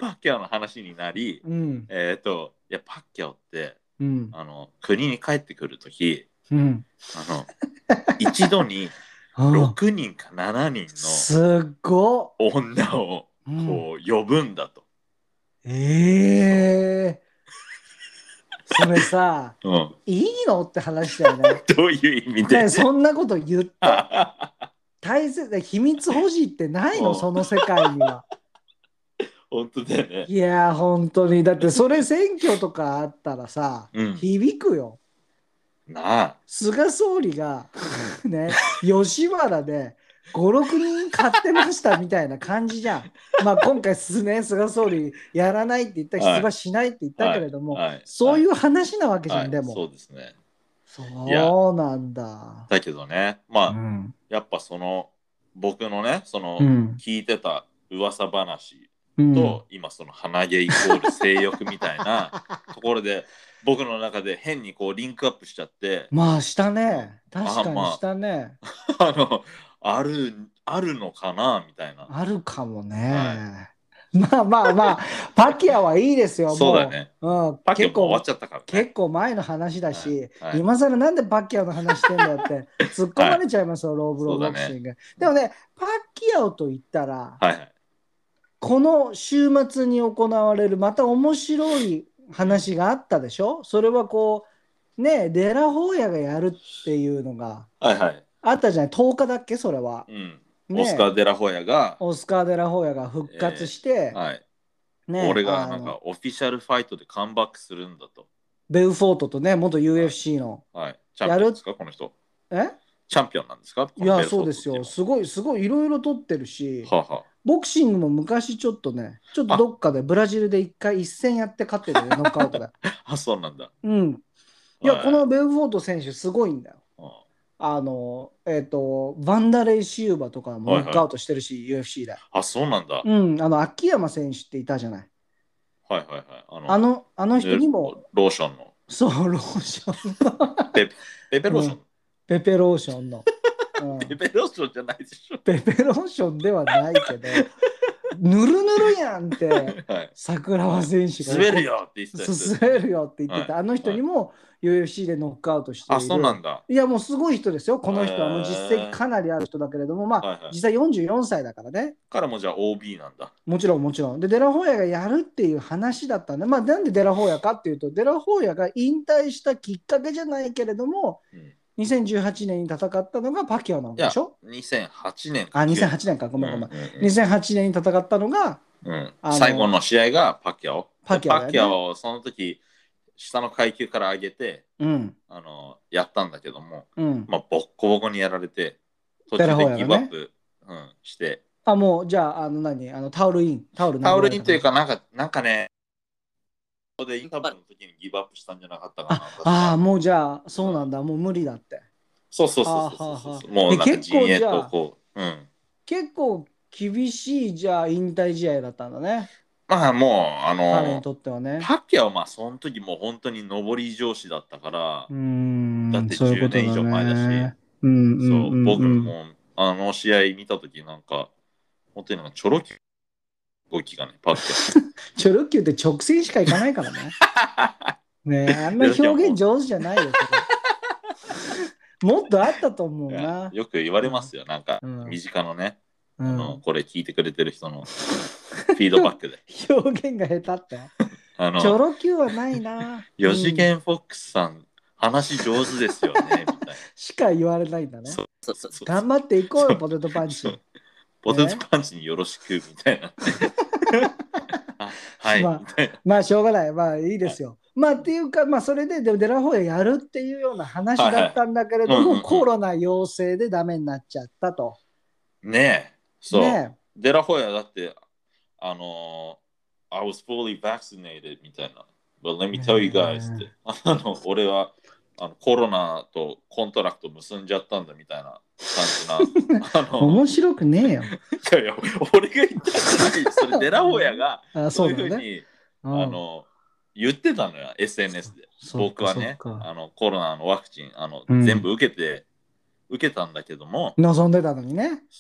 Speaker 2: パッキャオの話になり、
Speaker 1: うん、
Speaker 2: えっ、ー、と、いや、パッキャオって、
Speaker 1: うん、
Speaker 2: あの国に帰ってくるとき、
Speaker 1: うん、
Speaker 2: あの一度にろくにんかななにん
Speaker 1: の
Speaker 2: 女をこう呼ぶんだと。
Speaker 1: うん、ええー、それさ、うん、いいのって話だよね。
Speaker 2: どういう意味で、
Speaker 1: ね、そんなこと言って大切な秘密保持ってないの、その世界には。
Speaker 2: 本当だよね。
Speaker 1: いや本当にだってそれ選挙とかあったらさ、うん、響くよ。
Speaker 2: なあ。
Speaker 1: 菅総理がね吉原でごろくにん買ってましたみたいな感じじゃん。まあ今回ね菅総理やらないって言った、出馬しないって言ったけれども、はいはいはい、そういう話なわけじゃん、はい、でも。
Speaker 2: そうですね。
Speaker 1: そうなんだ。
Speaker 2: だけどね、まあ、うん、やっぱその僕のねその、うん、聞いてた噂話と、うん、今その鼻毛イコール性欲みたいなところで僕の中で変にこうリンクアップしちゃって。
Speaker 1: まあしたね、確かにしたね。
Speaker 2: あ、まあ、あのあるあるのかなみたいな。
Speaker 1: あるかもね。はい、まあまあまあパキアはいいですよ。
Speaker 2: そうだね。
Speaker 1: もう、うん、
Speaker 2: パキアも終わっちゃったからね。
Speaker 1: 結構前の話だし、はいはい、今更なんでパキアの話してんだよって突っ込まれちゃいますよ、はい、ローブローボクシング、ね。でもね、パキアオと言ったら、はいはい、この週末に行われるまた面白い話があったでしょ。それはこうね、デラホーヤがやるっていうのがあったじゃない、とおかだっけそれは。
Speaker 2: うんね、オスカー・デラホヤが
Speaker 1: オスカー・デラホヤが復活して、
Speaker 2: えーはいね、俺がなんかオフィシャルファイトでカムバックするんだと。
Speaker 1: ベウフォートとね、元 ユーエフシー の、
Speaker 2: はいはい、チャンピオンですかこの人。
Speaker 1: え
Speaker 2: チャンピオンなんですか。
Speaker 1: いやそうですよ、すごいすごいいろいろ取ってるし、ははボクシングも昔ちょっとね、ちょっとどっかでブラジルで一回一戦やって勝ってるよ、ノックアウトで。
Speaker 2: あ、そうなんだ。
Speaker 1: うん。いや、このベウフォート選手すごいんだよ。あの、えっと、バンダレイ・シウバとかもノックアウトしてるし、はいはい、ユーエフシー で。
Speaker 2: あ、そうなんだ。
Speaker 1: うん、あの、秋山選手っていたじゃない。
Speaker 2: はいはいはい。あの、
Speaker 1: あの、あの人にも。
Speaker 2: ローションの。
Speaker 1: そう、ローション。
Speaker 2: ペペペローション、うん、
Speaker 1: ペペローションの。
Speaker 2: うん、ペペローションじゃないでしょ。
Speaker 1: ペペローションではないけど。ぬるぬるやんって、はい、桜庭選手が
Speaker 2: 滑るよって言って
Speaker 1: た。滑るよって言ってた、はい、あの人にも ユーエフシー でノックアウトしている。
Speaker 2: あ、そうなんだ。
Speaker 1: いやもうすごい人ですよ、この人は。もう実績かなりある人だけれども、まあ、はいはい、実際よんじゅうよんさいだからね。
Speaker 2: からもじゃあ オービー なんだ。も
Speaker 1: ちろんもちろん。で、デラホーヤがやるっていう話だったんで、まあなんでデラホーヤかっていうと、デラホーヤが引退したきっかけじゃないけれども、うん、にせんじゅうはちねんに戦ったのがパキアなんでしょ。
Speaker 2: にせんはちねんか。
Speaker 1: あ、にせんはちねんか、ごめんごめん。うんうんうん、にせんはちねんに戦ったのが、
Speaker 2: うん、最後の試合がパキャオ。
Speaker 1: パキャオ、ね、
Speaker 2: パキャオをその時下の階級から上げて、
Speaker 1: うん、
Speaker 2: あのやったんだけども、
Speaker 1: うん、
Speaker 2: まあ、ボッコボコにやられて途中でギブアップ、ねうん、して。
Speaker 1: あ、もうじゃああの何あのタオルインタオル
Speaker 2: タオルインというかなんかなんかね。でインタビューの時にギブアップしたんじゃなかったかな。
Speaker 1: ああ、もうじゃあそうなんだ、うん、もう無理だって。
Speaker 2: そうそうそうそうそうそう。もうなんか陣営とこう、うん、
Speaker 1: 結構厳しいじゃあ引退試合だったんだね。
Speaker 2: まあもうあの
Speaker 1: 彼にとってはね。
Speaker 2: パッキャオはまあその時もう本当に上り上司だったから、
Speaker 1: うん
Speaker 2: だってじゅうねん以上前だし、
Speaker 1: そう、
Speaker 2: 僕もあの試合見た時なんか本当になんかチョロキュ動きがねパッキャオ。
Speaker 1: チョロキュって直線しか行かないからね。ねえ、あんな表現上手じゃないよ。もっとあったと思うな。
Speaker 2: よく言われますよ、うん、なんか身近のね、うん、あのこれ聞いてくれてる人のフィードバックで。
Speaker 1: 表現が下手って。あのチョロ Q はないな。
Speaker 2: よ次元フォックスさん、うん、話上手ですよねみたいな。
Speaker 1: しか言われないんだね。そうそうそうそう、頑張っていこうよポテトパンチ。
Speaker 2: ポテトパンチによろしくみたいな。はい、
Speaker 1: まあ、まあしょうがない、まあいいですよ。まあっていうか、まあそれでデラホーヤやるっていうような話だったんだけれども、コロナ陽性でダメになっちゃったと。
Speaker 2: ねえ、そう。ねえ、デラホーヤだって、あのー、I was fully vaccinated みたいな。But let me tell you guys って、あの俺はあのコロナとコントラクト結んじゃったんだみたいな感じな。あの
Speaker 1: 面白くねえよ。
Speaker 2: いやいや、俺が言ったんじゃない。それデラホーヤがそういうふうに、あの言ってたのよ、エスエヌエス で。僕はね、あのコロナのワクチンあの、うん、全部受けて、受けたんだけども。
Speaker 1: 望んでたのにね。
Speaker 2: そう。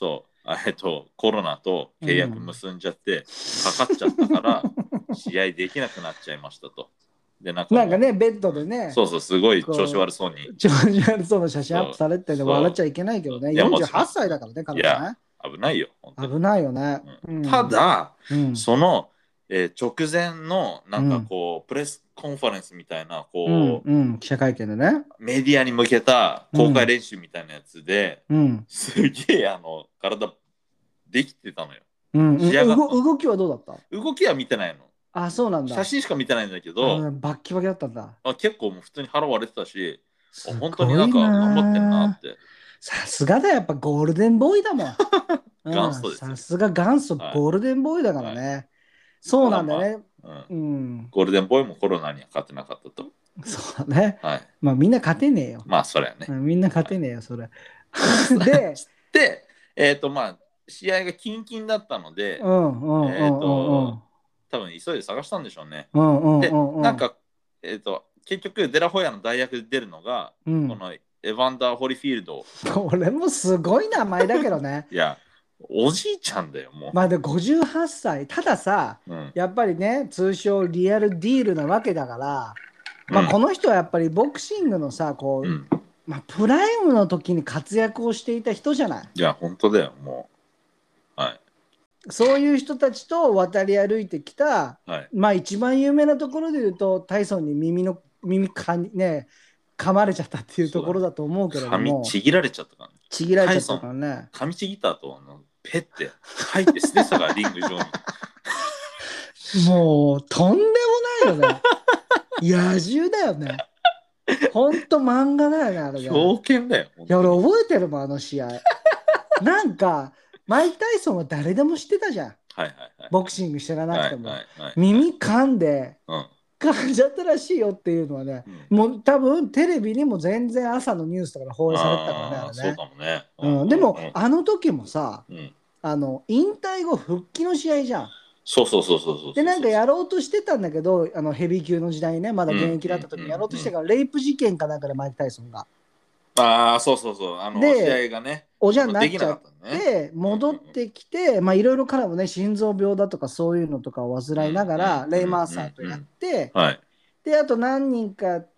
Speaker 2: えっと、コロナと契約結んじゃって、かかっちゃったから、試合できなくなっちゃいましたと。
Speaker 1: でなんかなんかね、ベッドでね、
Speaker 2: そうそう、すごい調子悪そうに。
Speaker 1: 調子悪そうな写真アップされてて、笑っちゃいけないけどね、よんじゅうはっさいだからね、彼女ね。
Speaker 2: 危ないよ、
Speaker 1: 危ないよね。
Speaker 2: うん、ただ、うん、その、えー、直前のなんかこう、うん、プレスコンファレンスみたいなこ
Speaker 1: う、うんうん、記者会見でね、
Speaker 2: メディアに向けた公開練習みたいなやつで、うん、すげえあの体できてたのよ。
Speaker 1: うんうん、動きはどうだった？
Speaker 2: 動きは見てないの。
Speaker 1: あ、そうなんだ。
Speaker 2: 写真しか見てないんだけど、
Speaker 1: バッキバキだったんだ。
Speaker 2: あ、結構もう普通に腹割れてたし、本当になんか頑張ってんなって。
Speaker 1: さすがだ、やっぱゴールデンボーイだもん。
Speaker 2: 元祖です。
Speaker 1: さすが元祖ゴールデンボーイだからね。はい、そうなんだね、
Speaker 2: まあうんうん。ゴールデンボーイもコロナには勝てなかったと。
Speaker 1: そうだね。はい、まあみんな勝てねえよ。
Speaker 2: まあそれはね。
Speaker 1: みんな勝てねえよ、それ。
Speaker 2: で、で、えっ、ー、とまあ試合がキンキンだったので、
Speaker 1: うんうんうんうん、えっ、ー、と、
Speaker 2: 多分急いで探したんでしょうね。
Speaker 1: うんうんうんうん、
Speaker 2: で、なんか、えっ、ー、と、結局デラホヤの代役で出るのが、うん、このエヴァンダー・ホリフィールド。
Speaker 1: これもすごい名前だけどね。
Speaker 2: いや、おじいちゃんだよ、もう。
Speaker 1: まあでごじゅうはっさい。たださ、うん、やっぱりね、通称リアルディールなわけだから、まあこの人はやっぱりボクシングのさ、こう、うん、まあプライムの時に活躍をしていた人じゃない。
Speaker 2: いや、本当だよ、もう。はい。
Speaker 1: そういう人たちと渡り歩いてきた、はい、まあ一番有名なところで言うと、タイソンに耳の、耳かね、噛まれちゃったっていうところだと思うけれども。
Speaker 2: 噛みちぎられちゃったからね。
Speaker 1: ちぎられちゃったからね。
Speaker 2: 噛みちぎった後、ペッて入って捨てたから、リング上に。
Speaker 1: もう、とんでもないよね。野獣だよね。ほんと漫画だよね、あれね。
Speaker 2: 狂犬だよ。
Speaker 1: いや、俺覚えてるもん、あの試合。なんか、マイク・タイソンは誰でも知ってたじゃん。
Speaker 2: はいはいはい、
Speaker 1: ボクシング知らなくても。耳噛んで、うん、噛んじゃったらしいよっていうのはね、うん、もう多分テレビにも全然朝のニュースとかで放映されてたからね、あれね。
Speaker 2: そうかもね。
Speaker 1: うん、でも、あの時もさ、うん、あの引退後復帰の試合じゃん。
Speaker 2: そうそうそうそうそう。
Speaker 1: で、なんかやろうとしてたんだけど、あのヘビー級の時代にね、まだ現役だった時にやろうとしてから、レイプ事件かなんかでマイク・タイソンが。
Speaker 2: ああ、そうそうそう。あの試合がね。
Speaker 1: おじゃんになっちゃって、戻ってきて、まあいろいろ彼もね、心臓病だとかそういうのとかを患いながら、レイマーサーとやって、で、あと何人かやって、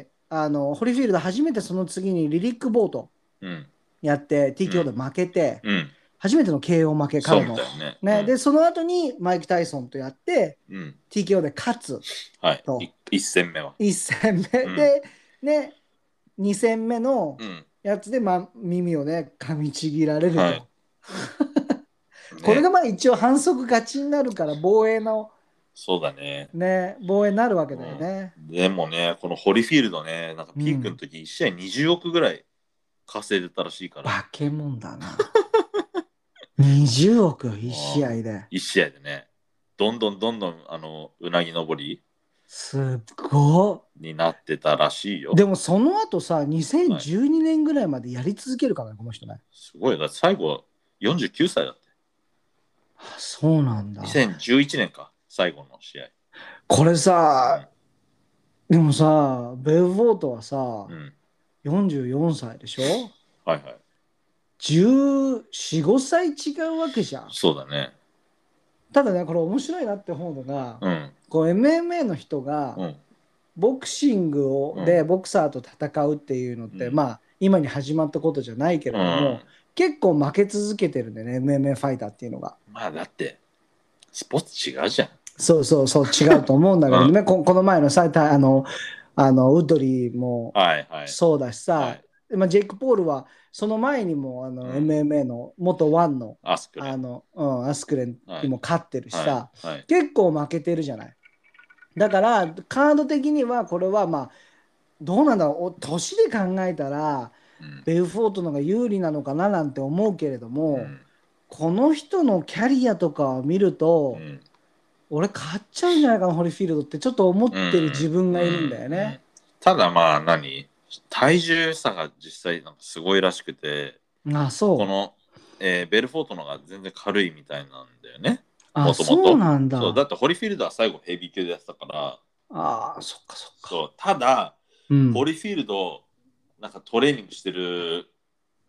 Speaker 1: あの、ホリフィールド初めてその次にリリック・ボートやって、ティーケーオー で負けて、初めての ケーオー 負け、彼の。ねね、で、その後にマイク・タイソンとやって、うん、ティーケーオー で勝つ
Speaker 2: と。はい、いち戦目は。
Speaker 1: いち戦目、うん、で、ね、に戦目のやつで、まあ、耳をね、噛みちぎられると。はい、これがまあ一応反則勝ちになるから防衛の。
Speaker 2: そうだね。
Speaker 1: ね、防衛になるわけだよね。
Speaker 2: うん、でもね、このホリフィールドね、なんかピークの時、いち試合にじゅうおくぐらい稼いでたらしいから。
Speaker 1: 化け物だな。にじゅうおくいち試合で。
Speaker 2: いち試合でね。どんどんどんどん、あの、うなぎ登り。
Speaker 1: すっご
Speaker 2: い。になってたらしいよ。
Speaker 1: でもその後さ、にせんじゅうにねんぐらいまでやり続けるからね、この人ね。
Speaker 2: すごい。だって最後、よんじゅうきゅうさいだって。
Speaker 1: あ、そうなんだ。
Speaker 2: にせんじゅういちねんか、最後の試合。
Speaker 1: これさ、うん、でもさ、ベルフォートはさ、うん、よんじゅうよんさいでしょ。
Speaker 2: はいはい。
Speaker 1: じゅうよん、ごさい違うわけじゃん。
Speaker 2: そうだね。
Speaker 1: ただね、これ面白いなって思うのが、うん、こう エムエムエー の人が、うん、ボクシングをでボクサーと戦うっていうのって、うん、まあ今に始まったことじゃないけれども、うん、結構負け続けてるんでね、 エムエムエー ファイターっていうのが。
Speaker 2: まあだってスポーツ違うじゃん。
Speaker 1: そうそうそう、違うと思うんだけどね、うん、こ, この前のさ、あのあのウッドリーもそうだしさ、はいはい、まあ、ジェイク・ポールはその前にもあの、うん、エムエムエー の元ワンの
Speaker 2: アスクレン、
Speaker 1: あの、うん、アスクレンにも勝ってるしさ、はいはいはい、結構負けてるじゃない。だからカード的にはこれはまあどうなんだろう、年で考えたら、うん、ベルフォートの方が有利なのかななんて思うけれども、うん、この人のキャリアとかを見ると、うん、俺勝っちゃうんじゃないかなホリフィールドってちょっと思ってる自分がいるんだよね。うんうんうん、
Speaker 2: ただまあ何体重差が実際なんかすごいらしくて、
Speaker 1: あ、そう
Speaker 2: この、えー、ベルフォートの方が全然軽いみたいなんだよね。
Speaker 1: あ、もともとそうなんだ。
Speaker 2: そうだってホリフィールドは最後ヘビー級でやってたから。
Speaker 1: ああ、そっかそっか。
Speaker 2: そうただ、うん、ホリフィールドなんかトレーニングしてる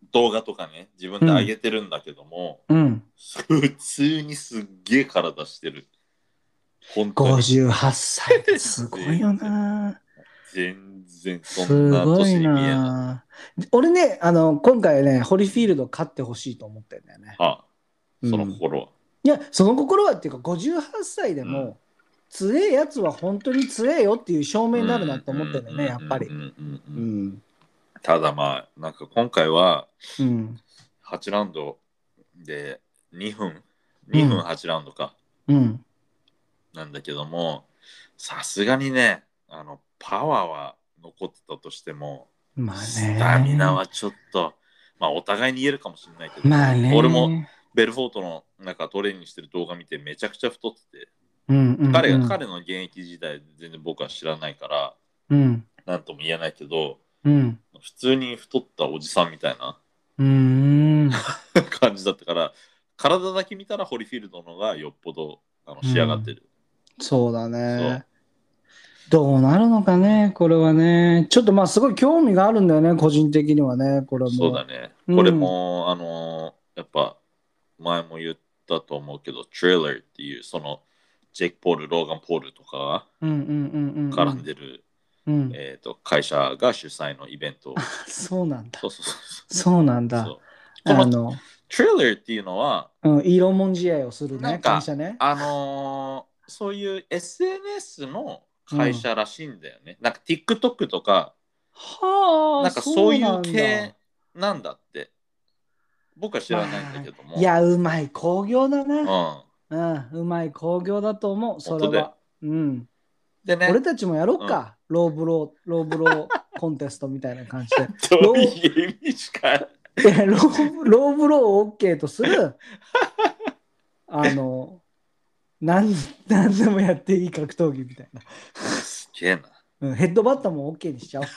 Speaker 2: 動画とかね、自分で上げてるんだけども、
Speaker 1: うん、
Speaker 2: 普通にすっげえ体してる。
Speaker 1: 本当に。ごじゅうはっさいってすごいよな。
Speaker 2: 全然そんな年に見えない。
Speaker 1: 俺ね、あの、今回ね、ホリフィールド勝ってほしいと思ってんだよね。
Speaker 2: はあ、その心は、うん、
Speaker 1: いや、その心はっていうか、ごじゅうはっさいでも、うん、強えやつは本当に強えよっていう証明になるなと思ってんだよね、やっぱり。
Speaker 2: ただまあ、なんか今回は、はちラウンドでにふん、にふんはちラウンドか。うん。なんだけども、さすがにね、あの、パワーは残ってたとしても、まあね、スタミナはちょっと、まあお互いに言えるかもしれないけど、まあね、俺もベルフォートのなんかトレーニングしてる動画見てめちゃくちゃ太ってて、うんうんうん、彼が彼の現役時代全然僕は知らないから、うん、なんとも言えないけど、うん、普通に太ったおじさんみたいなうん感じだったから、体だけ見たらホリフィールドの方がよっぽどあの仕上がってる、
Speaker 1: うん、そうだね。どうなるのかね、これはね。ちょっとまあすごい興味があるんだよね、個人的にはね、これも。
Speaker 2: そうだね。これも、うん、あのー、やっぱ前も言ったと思うけど、トレーラーっていうそのジェイク・ポール、ローガン・ポールとかが絡んでる、えーと、会社が主催のイベント。
Speaker 1: そうなんだ。そうそうそう。そうなんだ。
Speaker 2: そうこのトレーラーっていうのは、
Speaker 1: うん、色もん試合をするね、会社ね。
Speaker 2: あのー、そういう エスエヌエス の会社らしいんだよね。うん、なんか TikTok とか、はあ、なんかそういう系なんだって。僕は知らないんだけども。
Speaker 1: まあ、いや、うまい工業だな。うん。うん、うまい工業だと思う、それは。うん。でね。俺たちもやろうか。うん、ローブロー、ローブローコンテストみたいな感じで。
Speaker 2: どういう意味しか。
Speaker 1: ローローブローを OK とする、あの、何, 何でもやっていい格闘技みたいな。
Speaker 2: すげえな、
Speaker 1: うん。ヘッドバッターも OK にしちゃおう。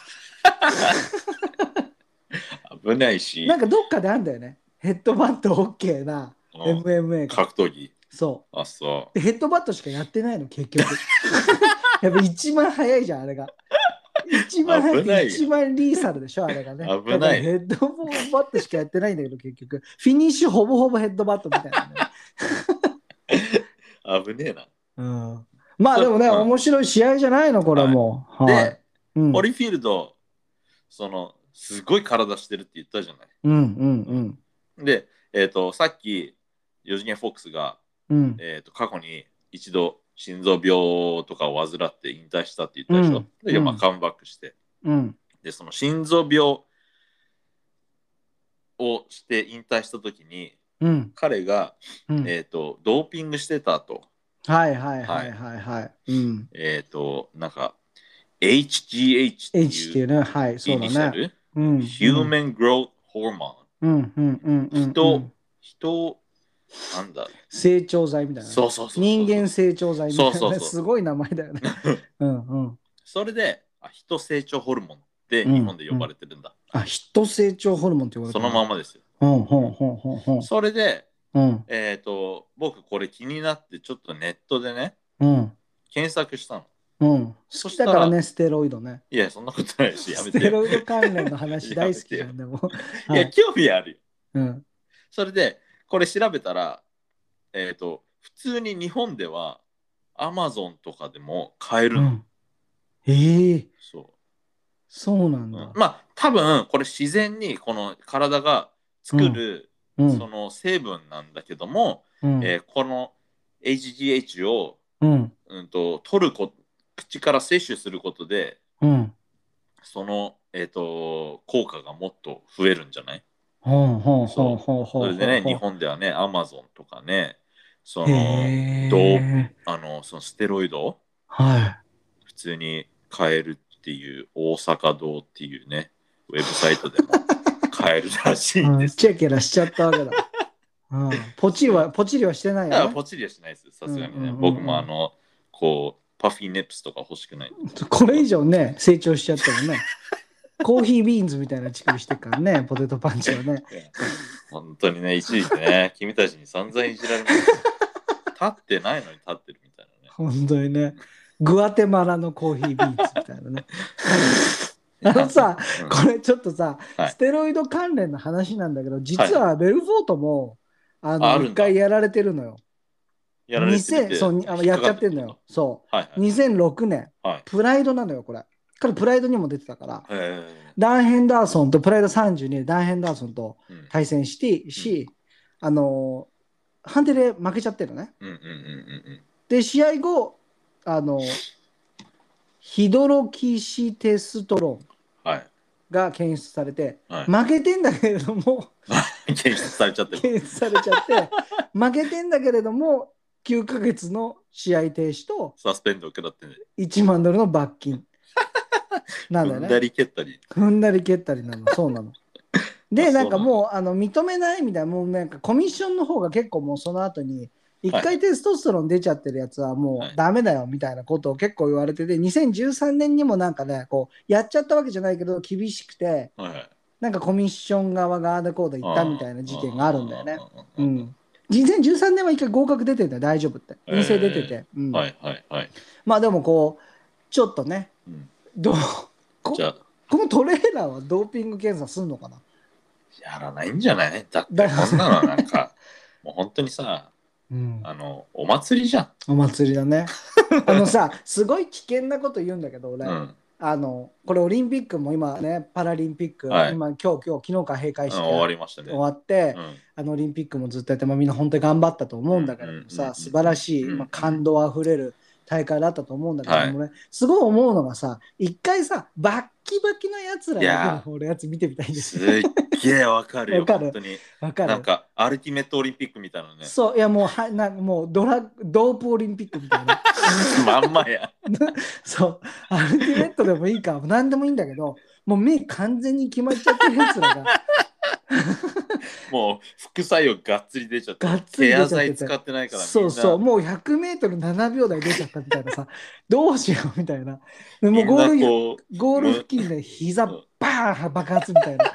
Speaker 2: 危ないし。
Speaker 1: なんかどっかであんだよね。ヘッドバット OK な エムエムエー
Speaker 2: 格闘技。
Speaker 1: そう。
Speaker 2: あ、そう。
Speaker 1: でヘッドバットしかやってないの、結局。やっぱ一番早いじゃん、あれが。一番早くて一番リーサルでしょ、あれがね。
Speaker 2: 危ない。
Speaker 1: ヘッドバットしかやってないんだけど、結局。フィニッシュほぼほぼヘッドバットみたいな
Speaker 2: ね。危ねえな。
Speaker 1: うん。まあでもね、面白い試合じゃないの、これも。
Speaker 2: はいはい、で、うん、ホリフィールド、その、すごい体してるって言ったじゃない。
Speaker 1: うんうん
Speaker 2: うん。で、えっ、ー、と、さっき、よ次元フォックスが、うん、えっ、ー、と、過去に一度、心臓病とかを患って引退したって言ったでしょ。うん、で、まあ、カムバックして。うん、で、その心臓病をして引退したときに、うん、彼が、うん、えっ、ー、と、ドーピングしてたと。
Speaker 1: はいはいはいはいはい。うん、
Speaker 2: えっ、ー、と、なんか、エイチジーエイチ っていう
Speaker 1: H っていうね、はい、そうだね。
Speaker 2: イニシャル、うん、Human Growth Hormone。
Speaker 1: うんうんうんうん、
Speaker 2: 人、人、なんだ
Speaker 1: 成長剤みたいな、ね。
Speaker 2: そうそうそうそう。
Speaker 1: 人間成長剤みたいな、ね。
Speaker 2: そうそうそう。
Speaker 1: すごい名前だよね。うんうん。
Speaker 2: それで、あ、人成長ホルモンって日本で呼ばれてるんだ。
Speaker 1: うんうん、あ、人成長ホルモンって呼ばれてる
Speaker 2: そのままですよ。
Speaker 1: うんうんうんうん、
Speaker 2: それで、うん、えっ、ー、と、僕これ気になってちょっとネットでね、うん、検索したの。
Speaker 1: うん。そしたらだからね、ステロイドね。
Speaker 2: いや、そんなことないし、やめて。
Speaker 1: ステロイド関連の話大好きじゃん、でも。
Speaker 2: いや、興味あるよ。うん。それで、これ調べたら、えっ、ー、と、普通に日本では、アマゾンとかでも買えるの。うん、
Speaker 1: ええー。
Speaker 2: そう。
Speaker 1: そうなんだ。
Speaker 2: うん、まあ、多分、これ自然にこの体が作る、うん、その成分なんだけども、うん、えー、この エイチジーエイチ を、うんうんと、取るこ口から摂取することで、うん、その、えーと、効果がもっと増えるんじゃない？そう。それでね、日本ではね、アマゾンとかね、その、どう、あの、そのステロイド、はい、普通に買えるっていう大阪堂っていうね、ウェブサイトでも買えるらしいんです。
Speaker 1: チェケラしちゃったわけだ。うん、ポチリは、ポチリはしてないよ、ね。
Speaker 2: ポチリはしないです、さすがにね。僕もあの、こう、パフィーネップスとか欲しくない。
Speaker 1: これ以上ね、成長しちゃったもんね。コーヒービーンズみたいな乳首してるからね、ポテトパンチはね。
Speaker 2: 本当にね、一時期ね、君たちに散々いじられます。立ってないのに立ってるみたいなね。
Speaker 1: 本当にね。グアテマラのコーヒービーンズみたいなね。 あのさ、
Speaker 2: うん
Speaker 1: これちょっとさ、
Speaker 2: はい
Speaker 1: ステロイド関連の話なんだけど、実はベルフォートも、あの、一
Speaker 2: ああるんだ
Speaker 1: 回やられてるのよ。
Speaker 2: やられて
Speaker 1: にせん、
Speaker 2: て、
Speaker 1: そう、にあのやっちゃってんのよ。そ
Speaker 2: はいは
Speaker 1: う。
Speaker 2: い。
Speaker 1: にせんろくねん、
Speaker 2: はい。
Speaker 1: プライドなのよ、これ。彼、プライドにも出てたから、
Speaker 2: へ
Speaker 1: ダン・ヘンダーソンと、プライドさんじゅうにでダン・ヘンダーソンと
Speaker 2: ーうん
Speaker 1: 対戦して、し、あのー判定で負けちゃってるのね。
Speaker 2: うんうんうんうん
Speaker 1: で、試合後、あのヒドロキシテストロン
Speaker 2: はい。
Speaker 1: が検出されて、
Speaker 2: はい
Speaker 1: 負けてんだけれども、
Speaker 2: 検出されちゃってる。
Speaker 1: 検出されちゃって、負けてんだけれども、きゅうかげつの試合停止と
Speaker 2: サスペンド受けだってね。
Speaker 1: いちまんドルの罰金なんだよ
Speaker 2: 踏んだ
Speaker 1: ね。
Speaker 2: り蹴ったり。
Speaker 1: 踏んだり蹴ったりなの、そうなの。で、
Speaker 2: あ
Speaker 1: なんか
Speaker 2: そう
Speaker 1: もうあの認めないみたいな、もうなんかコミッションの方が結構もうその後に、一
Speaker 2: はい
Speaker 1: 回テストステロン出ちゃってるやつはも
Speaker 2: はいう
Speaker 1: ダメだよみたいなことを結構言われてて、にせんじゅうさんねんにもなんかね、こうやっちゃったわけじゃないけど、厳しくて、
Speaker 2: はいはい。
Speaker 1: なんかコミッション側があーだこうだ言ったみたいな事件があるんだよね。う
Speaker 2: うん
Speaker 1: ん。にせんじゅうさんねんは一回合格出てんだよ、大丈夫って。陰性出てて。
Speaker 2: え
Speaker 1: うん
Speaker 2: ーはいはいはい。
Speaker 1: まあでもこう、ちょっとね、
Speaker 2: うん
Speaker 1: どうこ
Speaker 2: じゃあ、
Speaker 1: このトレーラーはドーピング検査すんのかな。
Speaker 2: やらないんじゃないだって
Speaker 1: だ
Speaker 2: こんなのはなんか、もう本当にさ、
Speaker 1: うん、
Speaker 2: あの、お祭りじゃん。
Speaker 1: お祭りだね。あのさ、すごい危険なこと言うんだけど、俺、
Speaker 2: うん。
Speaker 1: あの、これオリンピックも今ね、パラリンピック、
Speaker 2: はい
Speaker 1: 今、今日、今日、昨日から閉会式
Speaker 2: うん終わりましたね。
Speaker 1: 終わって、
Speaker 2: うん
Speaker 1: あのオリンピックもずっとやって、まあ、みんな本当に頑張ったと思うんだけどもさ、
Speaker 2: うんうんうんうん
Speaker 1: 素晴らしい、
Speaker 2: うん
Speaker 1: まあ、感動あふれる大会だったと思うんだけど
Speaker 2: はい
Speaker 1: もね、すごい思うのがさ、一回さ、バッキバキのやつらだけの俺やつ見てみたいんです
Speaker 2: すっげえわかるよ。
Speaker 1: わかる
Speaker 2: 本当に。
Speaker 1: わかる
Speaker 2: なんか、アルティメットオリンピックみたいなね。
Speaker 1: そう、いやもうはなんかもうドラドープオリンピックみたいな。
Speaker 2: まんまや。
Speaker 1: そう、アルティメットでもいいか、何でもいいんだけど、もう目完全に決まっちゃってるやつらが、
Speaker 2: もう副作用がっつり出ちゃって
Speaker 1: がっつり
Speaker 2: ケア
Speaker 1: 出ちゃってて
Speaker 2: 剤使ってないからみんな
Speaker 1: そうそう、もうひゃくメートルななびょう台出ちゃったみたいなさ、どうしようみたいな。でもうゴー
Speaker 2: みんな
Speaker 1: ル
Speaker 2: こう
Speaker 1: ゴール付近で膝バーン爆発みたいな。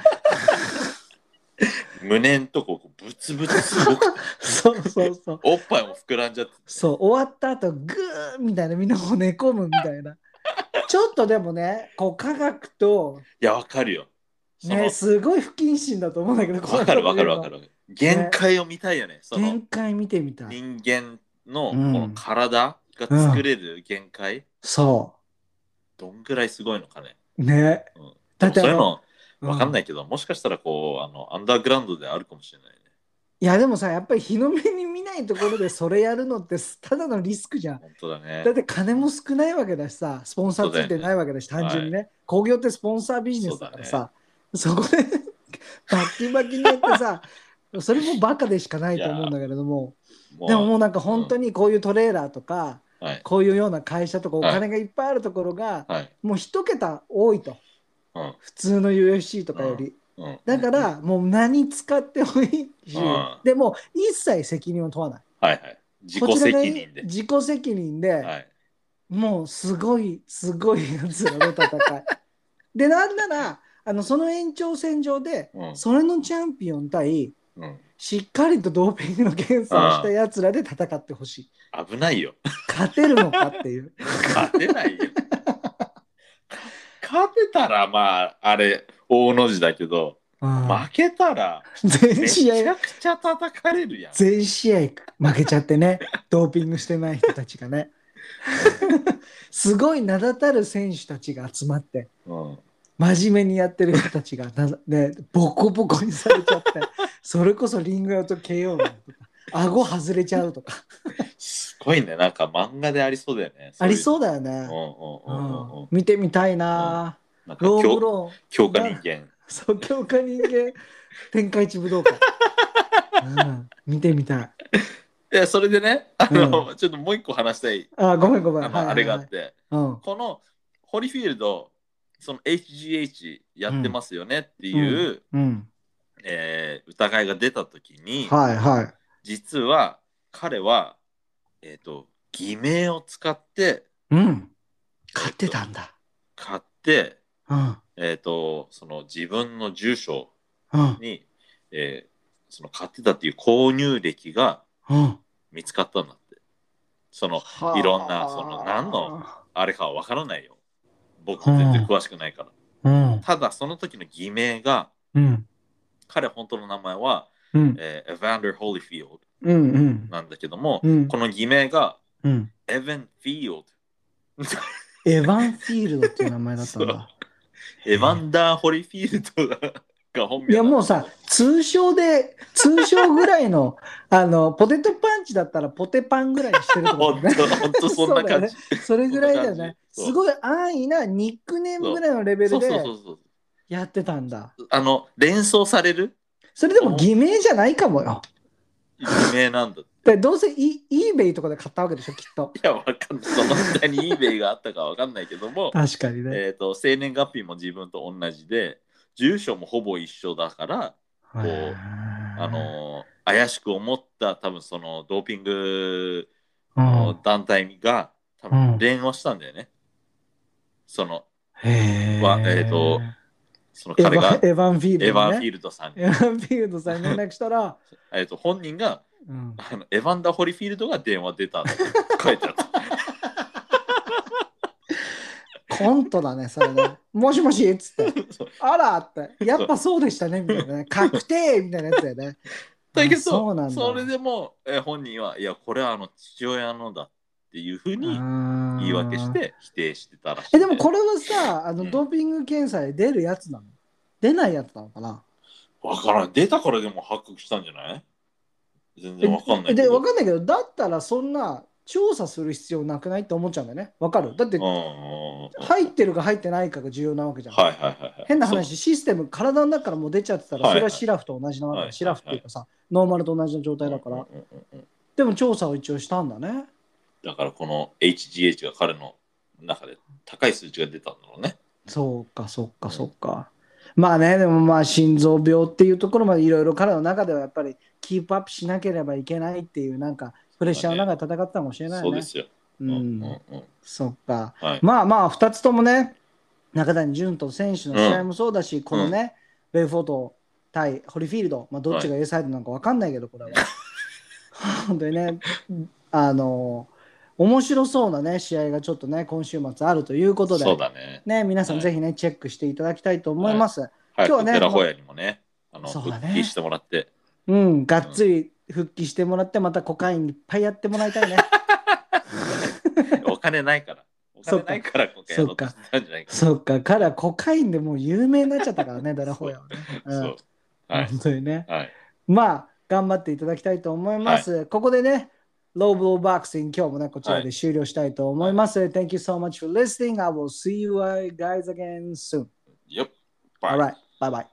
Speaker 2: 胸んとこブツブツすごく
Speaker 1: そうそうそう。
Speaker 2: おっぱいも膨らんじゃって
Speaker 1: そう、終わった後グーみたいな、みんなこう寝込むみたいな。ちょっとでもね、こう科学と、
Speaker 2: いやわかるよその
Speaker 1: ね、すごい不謹慎だと思うんだけど、
Speaker 2: わかるわかるわか
Speaker 1: る。
Speaker 2: る限界を見たいよねその
Speaker 1: 限界見てみたい。
Speaker 2: 人間のこ
Speaker 1: うん
Speaker 2: の体が作れる限界、
Speaker 1: そ
Speaker 2: どんぐらいすごいのかね、
Speaker 1: う。ね。
Speaker 2: うん、
Speaker 1: だってあの
Speaker 2: でもそういうのわかんないけど、もしかしたらこうあのアンダーグラウンドであるかもしれないね。
Speaker 1: いやでもさ、やっぱり日の目に見ないところでそれやるのってただのリスクじゃん。
Speaker 2: 本当だね。
Speaker 1: だって金も少ないわけだしさ、スポンサーついてないわけだし、
Speaker 2: そうだよね
Speaker 1: 単純にね、興行ってスポンサービジネスだからさ、そこでバッキバキにやってさ、それもバカでしかないと思うんだけれども、
Speaker 2: もう
Speaker 1: でももうなんか本当にこういうトレーラーとか、
Speaker 2: はい
Speaker 1: こういうような会社とかお金がいっぱいあるところが、
Speaker 2: はい
Speaker 1: もう一桁多いと、
Speaker 2: うん
Speaker 1: 普通の ユーエフシー とかより。
Speaker 2: うん、
Speaker 1: だからもう何使ってもいいし、
Speaker 2: うん
Speaker 1: でも一切責任を問わない。
Speaker 2: はいはい自己
Speaker 1: こちらが
Speaker 2: 責任で。
Speaker 1: 自己責任で、
Speaker 2: はい
Speaker 1: もうすごいすごいやつらの戦い。でなんならあのその延長線上で、
Speaker 2: うん
Speaker 1: それのチャンピオン対
Speaker 2: うん、
Speaker 1: しっかりとドーピングの検査をしたやつらで戦ってほしい。
Speaker 2: 危ないよ。
Speaker 1: 勝てるのかっていう。
Speaker 2: 勝てないよ。勝てたらまああれ大の字だけど、
Speaker 1: うん
Speaker 2: 負けたら
Speaker 1: 全
Speaker 2: め
Speaker 1: 試合
Speaker 2: ちゃくちゃ叩かれるやん。
Speaker 1: 全試合負けちゃってね、ドーピングしてない人たちがね。すごい名だたる選手たちが集まって、
Speaker 2: うん
Speaker 1: 真面目にやってる人たちがな、ね、ボコボコにされちゃって、それこそリングアウト ケーオー とか、顎外れちゃうとか。
Speaker 2: すごいね、なんか漫画でありそうだよね。
Speaker 1: ありそう
Speaker 2: だ。
Speaker 1: だよね。
Speaker 2: うんうんうんうんうん。
Speaker 1: 見てみたいな、
Speaker 2: なんか
Speaker 1: ローブ
Speaker 2: 強
Speaker 1: ローン。
Speaker 2: 強化人間。
Speaker 1: そう、強化人間天下一武道館。うん、見てみたい。
Speaker 2: いや、それでね、あの、ちょっともう一個話したい、
Speaker 1: あ、ごめんごめん。
Speaker 2: あの、
Speaker 1: はいはいはい
Speaker 2: あれがあって、
Speaker 1: うん
Speaker 2: このホリフィールド、その エイチジーエイチ やってますよねっていう、
Speaker 1: うんうん
Speaker 2: えー疑いが出たときに、
Speaker 1: はいはい。
Speaker 2: 実は彼は、えっと、偽名を使って
Speaker 1: うん。買ってたんだ。
Speaker 2: 買って、
Speaker 1: うん。
Speaker 2: えっと、その自分の住所
Speaker 1: うん。
Speaker 2: に、えーその買ってたっていう購入歴が
Speaker 1: うん。
Speaker 2: 見つかったんだって。その
Speaker 1: はあ
Speaker 2: いろんなその何のあれかはわからないよ。僕全然詳しくないから。
Speaker 1: うん、
Speaker 2: ただその時の偽名が、
Speaker 1: うん、
Speaker 2: 彼本当の名前は、
Speaker 1: うん
Speaker 2: えー、エヴァンダー・ホリフィール
Speaker 1: うんうん
Speaker 2: ドなんだけども、
Speaker 1: うん、
Speaker 2: この偽名が、
Speaker 1: うん、
Speaker 2: エヴァン・フィールド。
Speaker 1: エヴァン・フィールドっていう名前だった
Speaker 2: そう。
Speaker 1: んだ。
Speaker 2: エヴァンダー・ホリフィールドが本
Speaker 1: い
Speaker 2: 名なんだけど。
Speaker 1: やもうさ、通称で、通称ぐらいの、あの、ポテトパンチだったらポテパンぐらいにしてるってことだね。
Speaker 2: 本当、本当そんな感じ。
Speaker 1: そうだよね。それぐらいだよね。
Speaker 2: そ
Speaker 1: すごい安易なニックネームぐらいのレベル
Speaker 2: そうそう
Speaker 1: で
Speaker 2: そうそう。
Speaker 1: やってたんだ。
Speaker 2: あの、連想される
Speaker 1: それでも偽名じゃないかもよ。
Speaker 2: 偽名なんだ。
Speaker 1: でどうせ eBay とかで買ったわけでしょ、きっと。
Speaker 2: いや、わかんない。その間に eBay があったかわかんないけども、
Speaker 1: 確かにね。
Speaker 2: えっ、と、生年月日も自分と同じで、住所もほぼ一緒だから、こう、あのー、怪しく思った多分そのドーピングの団体が多分電話したんだよね。うん、その、
Speaker 1: へ
Speaker 2: はえっ、ー、と、その彼が
Speaker 1: エヴァン・フィールド、ね、
Speaker 2: エヴァン・フィールドさんに。
Speaker 1: エヴァン・フィールドさんに連絡したら、
Speaker 2: えっと本人が、うん、あのエヴァンダ・ホリフィールドが電話出たって書いてあった。
Speaker 1: コントだね、それね。もしもしっつって。あらって。やっぱそうでしたね、みたいなね。確定みたいなやつだよね。
Speaker 2: だけど、そうなんだ、それでも、え本人は、いや、これはあの父親のだっていうふうに言い訳して否定してたらしい、
Speaker 1: ね。え、でもこれはさ、あのドーピング検査で出るやつなの、うん、出ないやつなのかな。
Speaker 2: わからん。出たからでも発覚したんじゃない？全然わかんないけど。
Speaker 1: で、わかんないけど、だったらそんな調査する必要なくないって思っちゃうんだよね。わかる？だって、入ってるか入ってないかが重要なわけじゃん。
Speaker 2: はいはいはいはい、
Speaker 1: 変な話、システム、体の中からもう出ちゃってたら、それはシラフと同じなわけだ、はいはい、シラフっていうかさ、ノーマルと同じの状態だから。でも調査を一応したんだね。
Speaker 2: だからこの エイチジーエイチ が彼の中で高い数値が出たんだろうね。
Speaker 1: そうか、そっか、そっか。うん、まあね、でもまあ心臓病っていうところまでいろいろ彼の中ではやっぱりキープアップしなければいけないっていうなんかプレッシャーの中で戦ったかもしれないね。
Speaker 2: そうですよ。
Speaker 1: うん。うんうん、そっか。
Speaker 2: はい、
Speaker 1: まあまあふたつともね、中谷潤人選手の試合もそうだし、うん、このね、うん、ベイフォート対ホリフィールド、まあ、どっちが A サイドなのか分かんないけど、これは。本当にね、あの、面白そうなね、試合がちょっとね、今週末あるということで、
Speaker 2: そうだね。
Speaker 1: ね、皆さんぜひね、はい、チェックしていただきたいと思います。はい、
Speaker 2: 今日はね、テラホヤにもね、あの、復帰してもらって。
Speaker 1: うん、がっつり復帰してもらって、またコカインいっぱいやってもらいたいね。
Speaker 2: お金ないから。お金ないからコカインやろうとしてたんじゃないかな。
Speaker 1: そっか、彼はコカインでもう有名になっちゃったからね、テラホヤはね。
Speaker 2: そう。そうはい、
Speaker 1: 本当にね。
Speaker 2: はい、
Speaker 1: まあ、頑張っていただきたいと思います。はい、ここでね、Low Blow Boxing 今日もね、こちらで終了したいと思います。はい、Thank you so much for listening. I will see you guys again soon.
Speaker 2: Yep.
Speaker 1: Bye. All right. Bye bye.